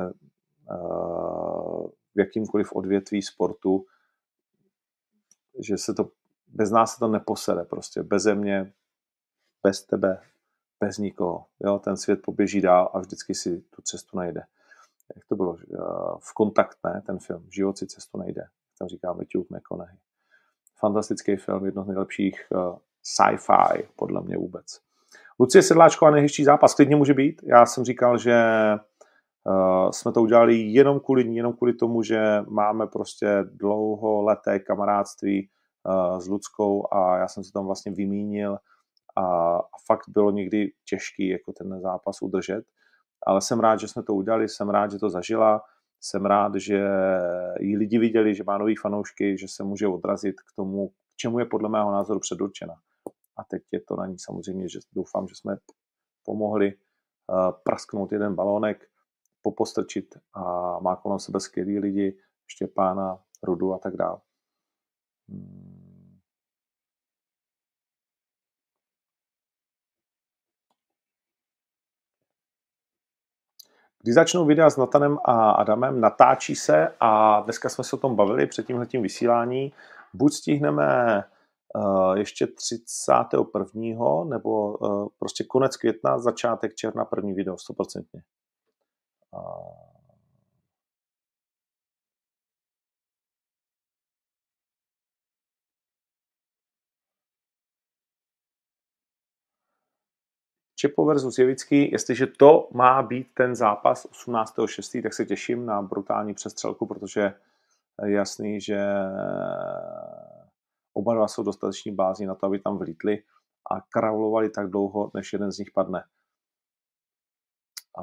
uh, v jakýmkoliv odvětví sportu, že se to, bez nás se to neposede prostě, beze mě, bez tebe, bez nikoho. Jo? Ten svět poběží dál a vždycky si tu cestu najde. Jak to bylo? V Kontakt, ne? Ten film. Život si cestu najde. Tam říká Matthew McConaughey. Fantastický film, jedno z nejlepších uh, sci-fi, podle mě vůbec. Lucie Sedláčková, nejhezčí zápas. Klidně může být. Já jsem říkal, že uh, jsme to udělali jenom kvůli ní, jenom kvůli tomu, že máme prostě dlouholeté kamarádství uh, s Luckou a já jsem se tam vlastně vymínil a, a fakt bylo někdy těžký jako ten zápas udržet. Ale jsem rád, že jsme to udělali, jsem rád, že to zažila, jsem rád, že jí lidi viděli, že má nový fanoušky, že se může odrazit k tomu, k čemu je podle mého názoru předurčena. A teď je to na ní samozřejmě, že doufám, že jsme pomohli uh, prasknout jeden balónek, popostrčit a má kolem sebe skvělý lidi, Štěpána, Rudu a tak dále. Hmm. Když začnou videa s Natanem a Adamem, natáčí se a dneska jsme se o tom bavili před tímhletím vysílání. Buď stihneme uh, ještě třicátého prvního nebo uh, prostě konec května, začátek června, první video, sto procent. Uh... Čepo versus Jevický, jestliže to má být ten zápas osmnáctého šestého tak se těším na brutální přestřelku, protože je jasný, že oba dva jsou dostateční bází na to, aby tam vlítli a kravlovali tak dlouho, než jeden z nich padne. A...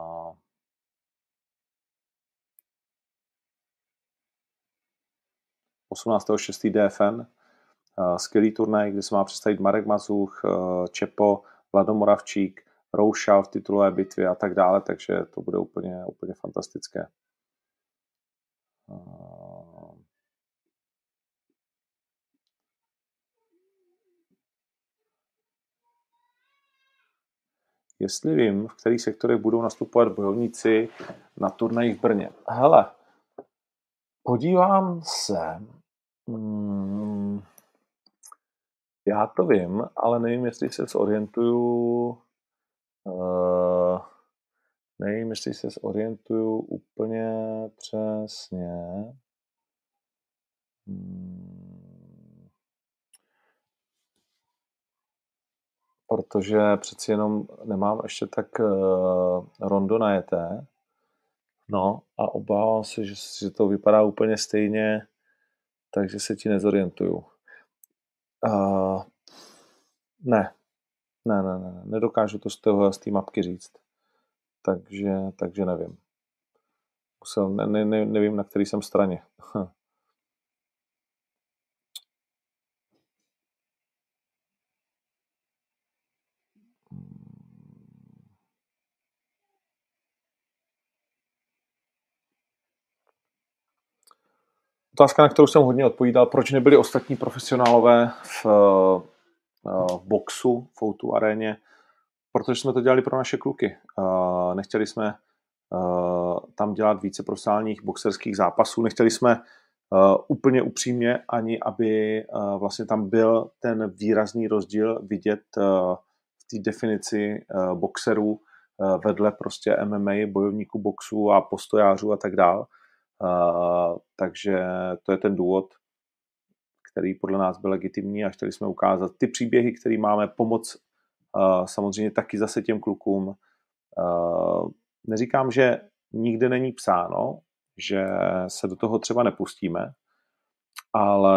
osmnáctého šestého D F N, skvělý turnaj, kde se má představit Marek Mazuch, Čepo, Vlado Moravčík, Roušal v titulové bitvě a tak dále, takže to bude úplně, úplně fantastické. Jestli vím, v kterých sektorech budou nastupovat bojovníci na turnajích v Brně. Hele, podívám se. Hmm, já to vím, ale nevím, jestli se zorientuju. Uh, nevím, jestli se zorientuju úplně přesně. Protože přeci jenom nemám ještě tak uh, rondo najeté. No a obávám se, že, že to vypadá úplně stejně, takže se ti nezorientuju. Uh, ne. ne, ne, ne, nedokážu to z toho z té mapky říct. Takže, takže nevím. Musel, ne, ne, nevím, na který jsem straně. Otázka, na kterou jsem hodně odpovídal, proč nebyli ostatní profesionálové v, v boxu, v ó dva aréně, protože jsme to dělali pro naše kluky. Nechtěli jsme tam dělat více profesionálních boxerských zápasů, nechtěli jsme úplně upřímně ani, aby vlastně tam byl ten výrazný rozdíl vidět v té definici boxerů vedle prostě M M A, bojovníků boxu a postojářů a tak dál. Uh, takže to je ten důvod, který podle nás byl legitimní a chtěli jsme ukázat ty příběhy, které máme, pomoc uh, samozřejmě taky zase těm klukům. Uh, neříkám, že nikde není psáno, že se do toho třeba nepustíme, ale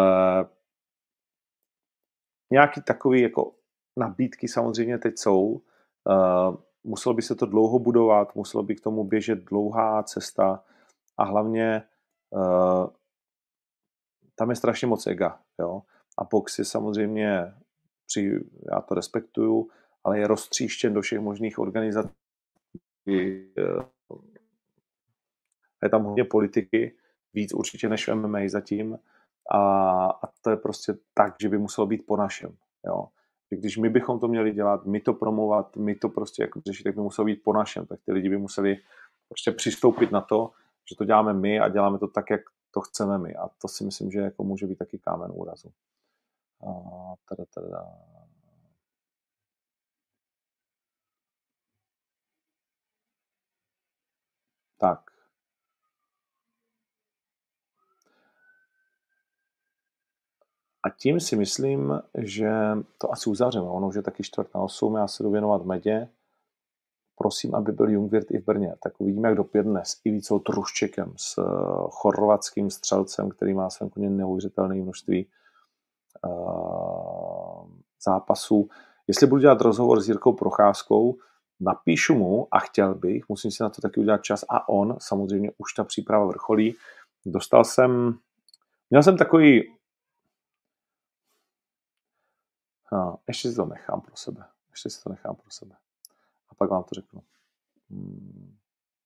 nějaký takový jako nabídky samozřejmě teď jsou. Uh, muselo by se to dlouho budovat, muselo by k tomu běžet dlouhá cesta. A hlavně uh, tam je strašně moc ega. Jo? A box je samozřejmě, při, já to respektuju, ale je roztříštěn do všech možných organizací. Je tam hodně politiky, víc určitě než v M M A zatím. A, a to je prostě tak, že by muselo být po našem. Jo? Když my bychom to měli dělat, my to promovat, my to prostě jako řešit, tak by muselo být po našem. Tak ty lidi by museli prostě přistoupit na to, že to děláme my a děláme to tak, jak to chceme my. A to si myslím, že jako může být taky kámen úrazu. A tada, tada. Tak. A tím si myslím, že to asi uzavřeme. Ono už je taky čtvrt na osm, já se jdu věnovat medě. Prosím, aby byl Jungwirth i v Brně. Tak uvidíme, jak dopět dnes. I Ivicou Truščekem, s chorvatským střelcem, který má svém koně neuvěřitelné množství uh, zápasů. Jestli budu dělat rozhovor s Jirkou Procházkou, napíšu mu a chtěl bych, musím si na to taky udělat čas a on, samozřejmě už ta příprava vrcholí. Dostal jsem, měl jsem takový, no, ještě si to nechám pro sebe. Ještě si to nechám pro sebe. A pak vám to řeknu. Hmm.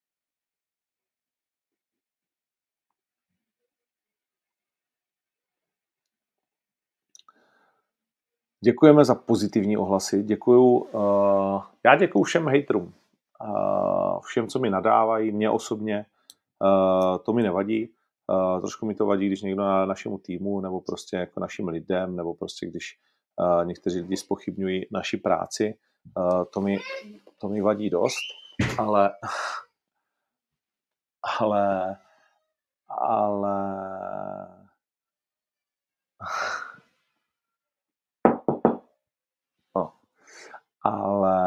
Děkujeme za pozitivní ohlasy. Děkuju, uh, já děkuju všem hejterům. Uh, všem, co mi nadávají, mě osobně. Uh, to mi nevadí. Uh, trošku mi to vadí, když někdo na našemu týmu, nebo prostě jako našim lidem, nebo prostě když uh, někteří lidi zpochybňují naši práci. Uh, to, mi, to mi vadí dost, ale ale ale no, ale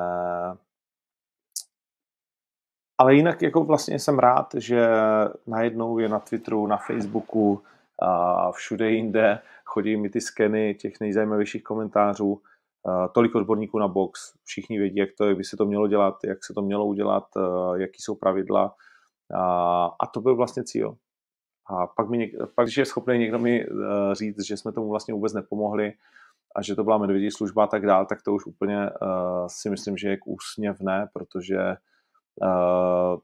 ale jinak jako vlastně jsem rád, že najednou je na Twitteru, na Facebooku a všude jinde chodí mi ty skeny těch nejzajímavějších komentářů. Uh, tolik odborníků na box, všichni vědí, jak to je, by se to mělo dělat, jak se to mělo udělat, uh, jaký jsou pravidla. Uh, a to byl vlastně cíl. A pak, mi něk- pak když je schopný někdo mi uh, říct, že jsme tomu vlastně vůbec nepomohli a že to byla medvědí služba a tak dál, tak to už úplně uh, si myslím, že je k úsměvné, protože uh,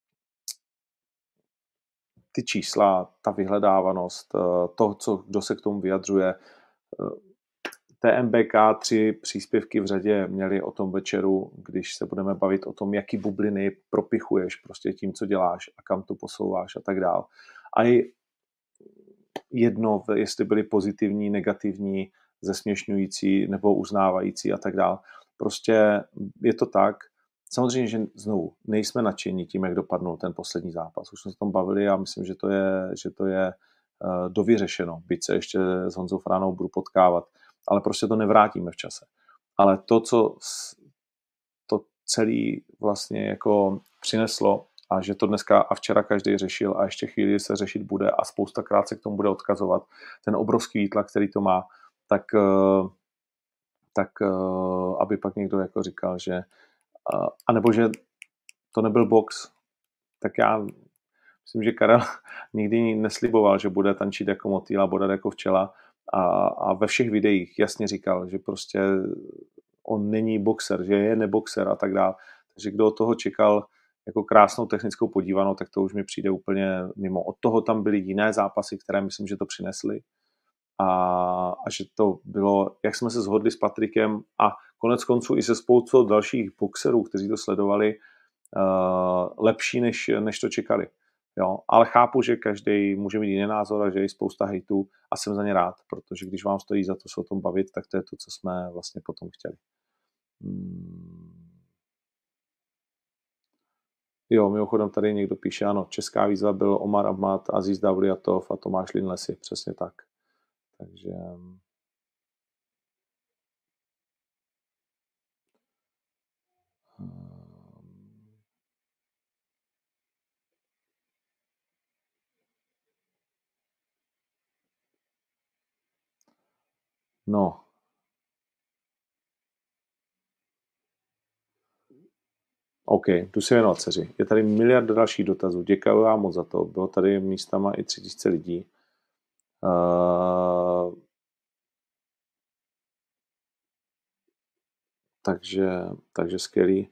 ty čísla, ta vyhledávanost, uh, to, co, kdo se k tomu vyjadřuje, uh, T M B K tři příspěvky v řadě měli o tom večeru, když se budeme bavit o tom, jaký bubliny propichuješ prostě tím, co děláš a kam to posouváš a tak dál. A i jedno, jestli byly pozitivní, negativní, zesměšňující nebo uznávající a tak dál. Prostě je to tak. Samozřejmě, že znovu nejsme nadšení tím, jak dopadnul ten poslední zápas. Už jsme se o tom bavili a myslím, že to je, že to je dovyřešeno, byť se ještě s Honzou Fránou budu potkávat, ale prostě to nevrátíme v čase. Ale to, co to celý vlastně jako přineslo a že to dneska a včera každý řešil a ještě chvíli se řešit bude a spoustakrát se k tomu bude odkazovat, ten obrovský výtlak, který to má, tak, tak aby pak někdo jako říkal, že anebo že to nebyl box, tak já myslím, že Karel nikdy nesliboval, že bude tančit jako motýl a bodat jako včela a, a ve všech videích jasně říkal, že prostě on není boxer, že je neboxer a tak dále. Takže kdo od toho čekal jako krásnou technickou podívanou, tak to už mi přijde úplně mimo. Od toho tam byly jiné zápasy, které myslím, že to přinesly a, a že to bylo, jak jsme se shodli s Patrikem a konec konců i se spoustou dalších boxerů, kteří to sledovali, uh, lepší, než, než to čekali. Jo? Ale chápu, že každý může mít jiný názor a že je spousta hejtů a jsem za ně rád, protože když vám stojí za to se o tom bavit, tak to je to, co jsme vlastně potom chtěli. Hmm. Jo, mimochodem tady někdo píše, ano, česká výzva byl Omar Ahmad, Aziz Davliatov a Tomáš Linlesi, přesně tak. Takže... No. OK, tu si věnovat, dceři. Je tady miliarda dalších dotazů. Děkuji vám moc za to. Bylo tady místama i tři tisíce lidí. Uh, takže, takže skvělý.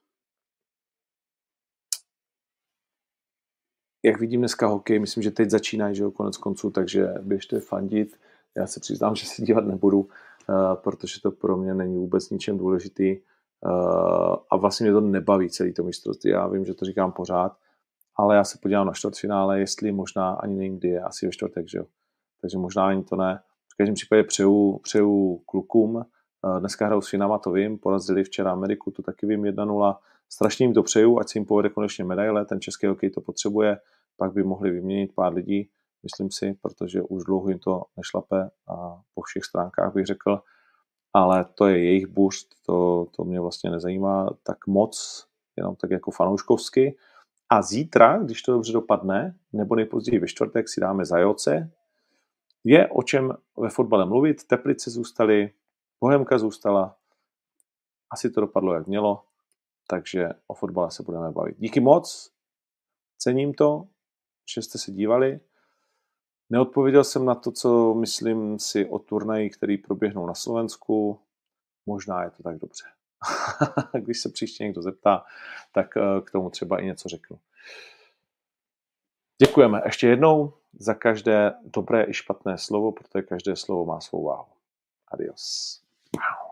Jak vidím dneska hokej, myslím, že teď začínají, že jo, konec konců, takže běžte fandit. Já se přiznám, že se dívat nebudu, uh, protože to pro mě není vůbec ničem důležitý. Uh, a vlastně mě to nebaví celý to mistrovství. Já vím, že to říkám pořád, ale já se podívám na čtvrtfinále, jestli možná ani nevím, kdy je, asi ve čtvrtek, že jo. Takže možná ani to ne. V každém případě přeju, přeju klukům. Uh, dneska hrajou s Finama, to vím, porazili včera Ameriku, to taky vím, jedna nula. Strašně jim to přeju, ať si jim povede konečně medaile, ten český hokej to potřebuje, pak by mohli vyměnit pár lidí, myslím si, protože už dlouho jim to nešlape a po všech stránkách bych řekl, ale to je jejich boost, to, to mě vlastně nezajímá tak moc, jenom tak jako fanouškovsky. A zítra, když to dobře dopadne, nebo nejpozději ve čtvrtek si dáme Zajoce, je o čem ve fotbale mluvit, Teplice zůstaly, Bohemka zůstala, asi to dopadlo, jak mělo, takže o fotbale se budeme bavit. Díky moc, cením to, že jste se dívali. Neodpověděl jsem na to, co myslím si o turnaji, který proběhnou na Slovensku. Možná je to tak dobře. Když se příště někdo zeptá, tak k tomu třeba i něco řeknu. Děkujeme ještě jednou za každé dobré i špatné slovo, protože každé slovo má svou váhu. Adios. Wow.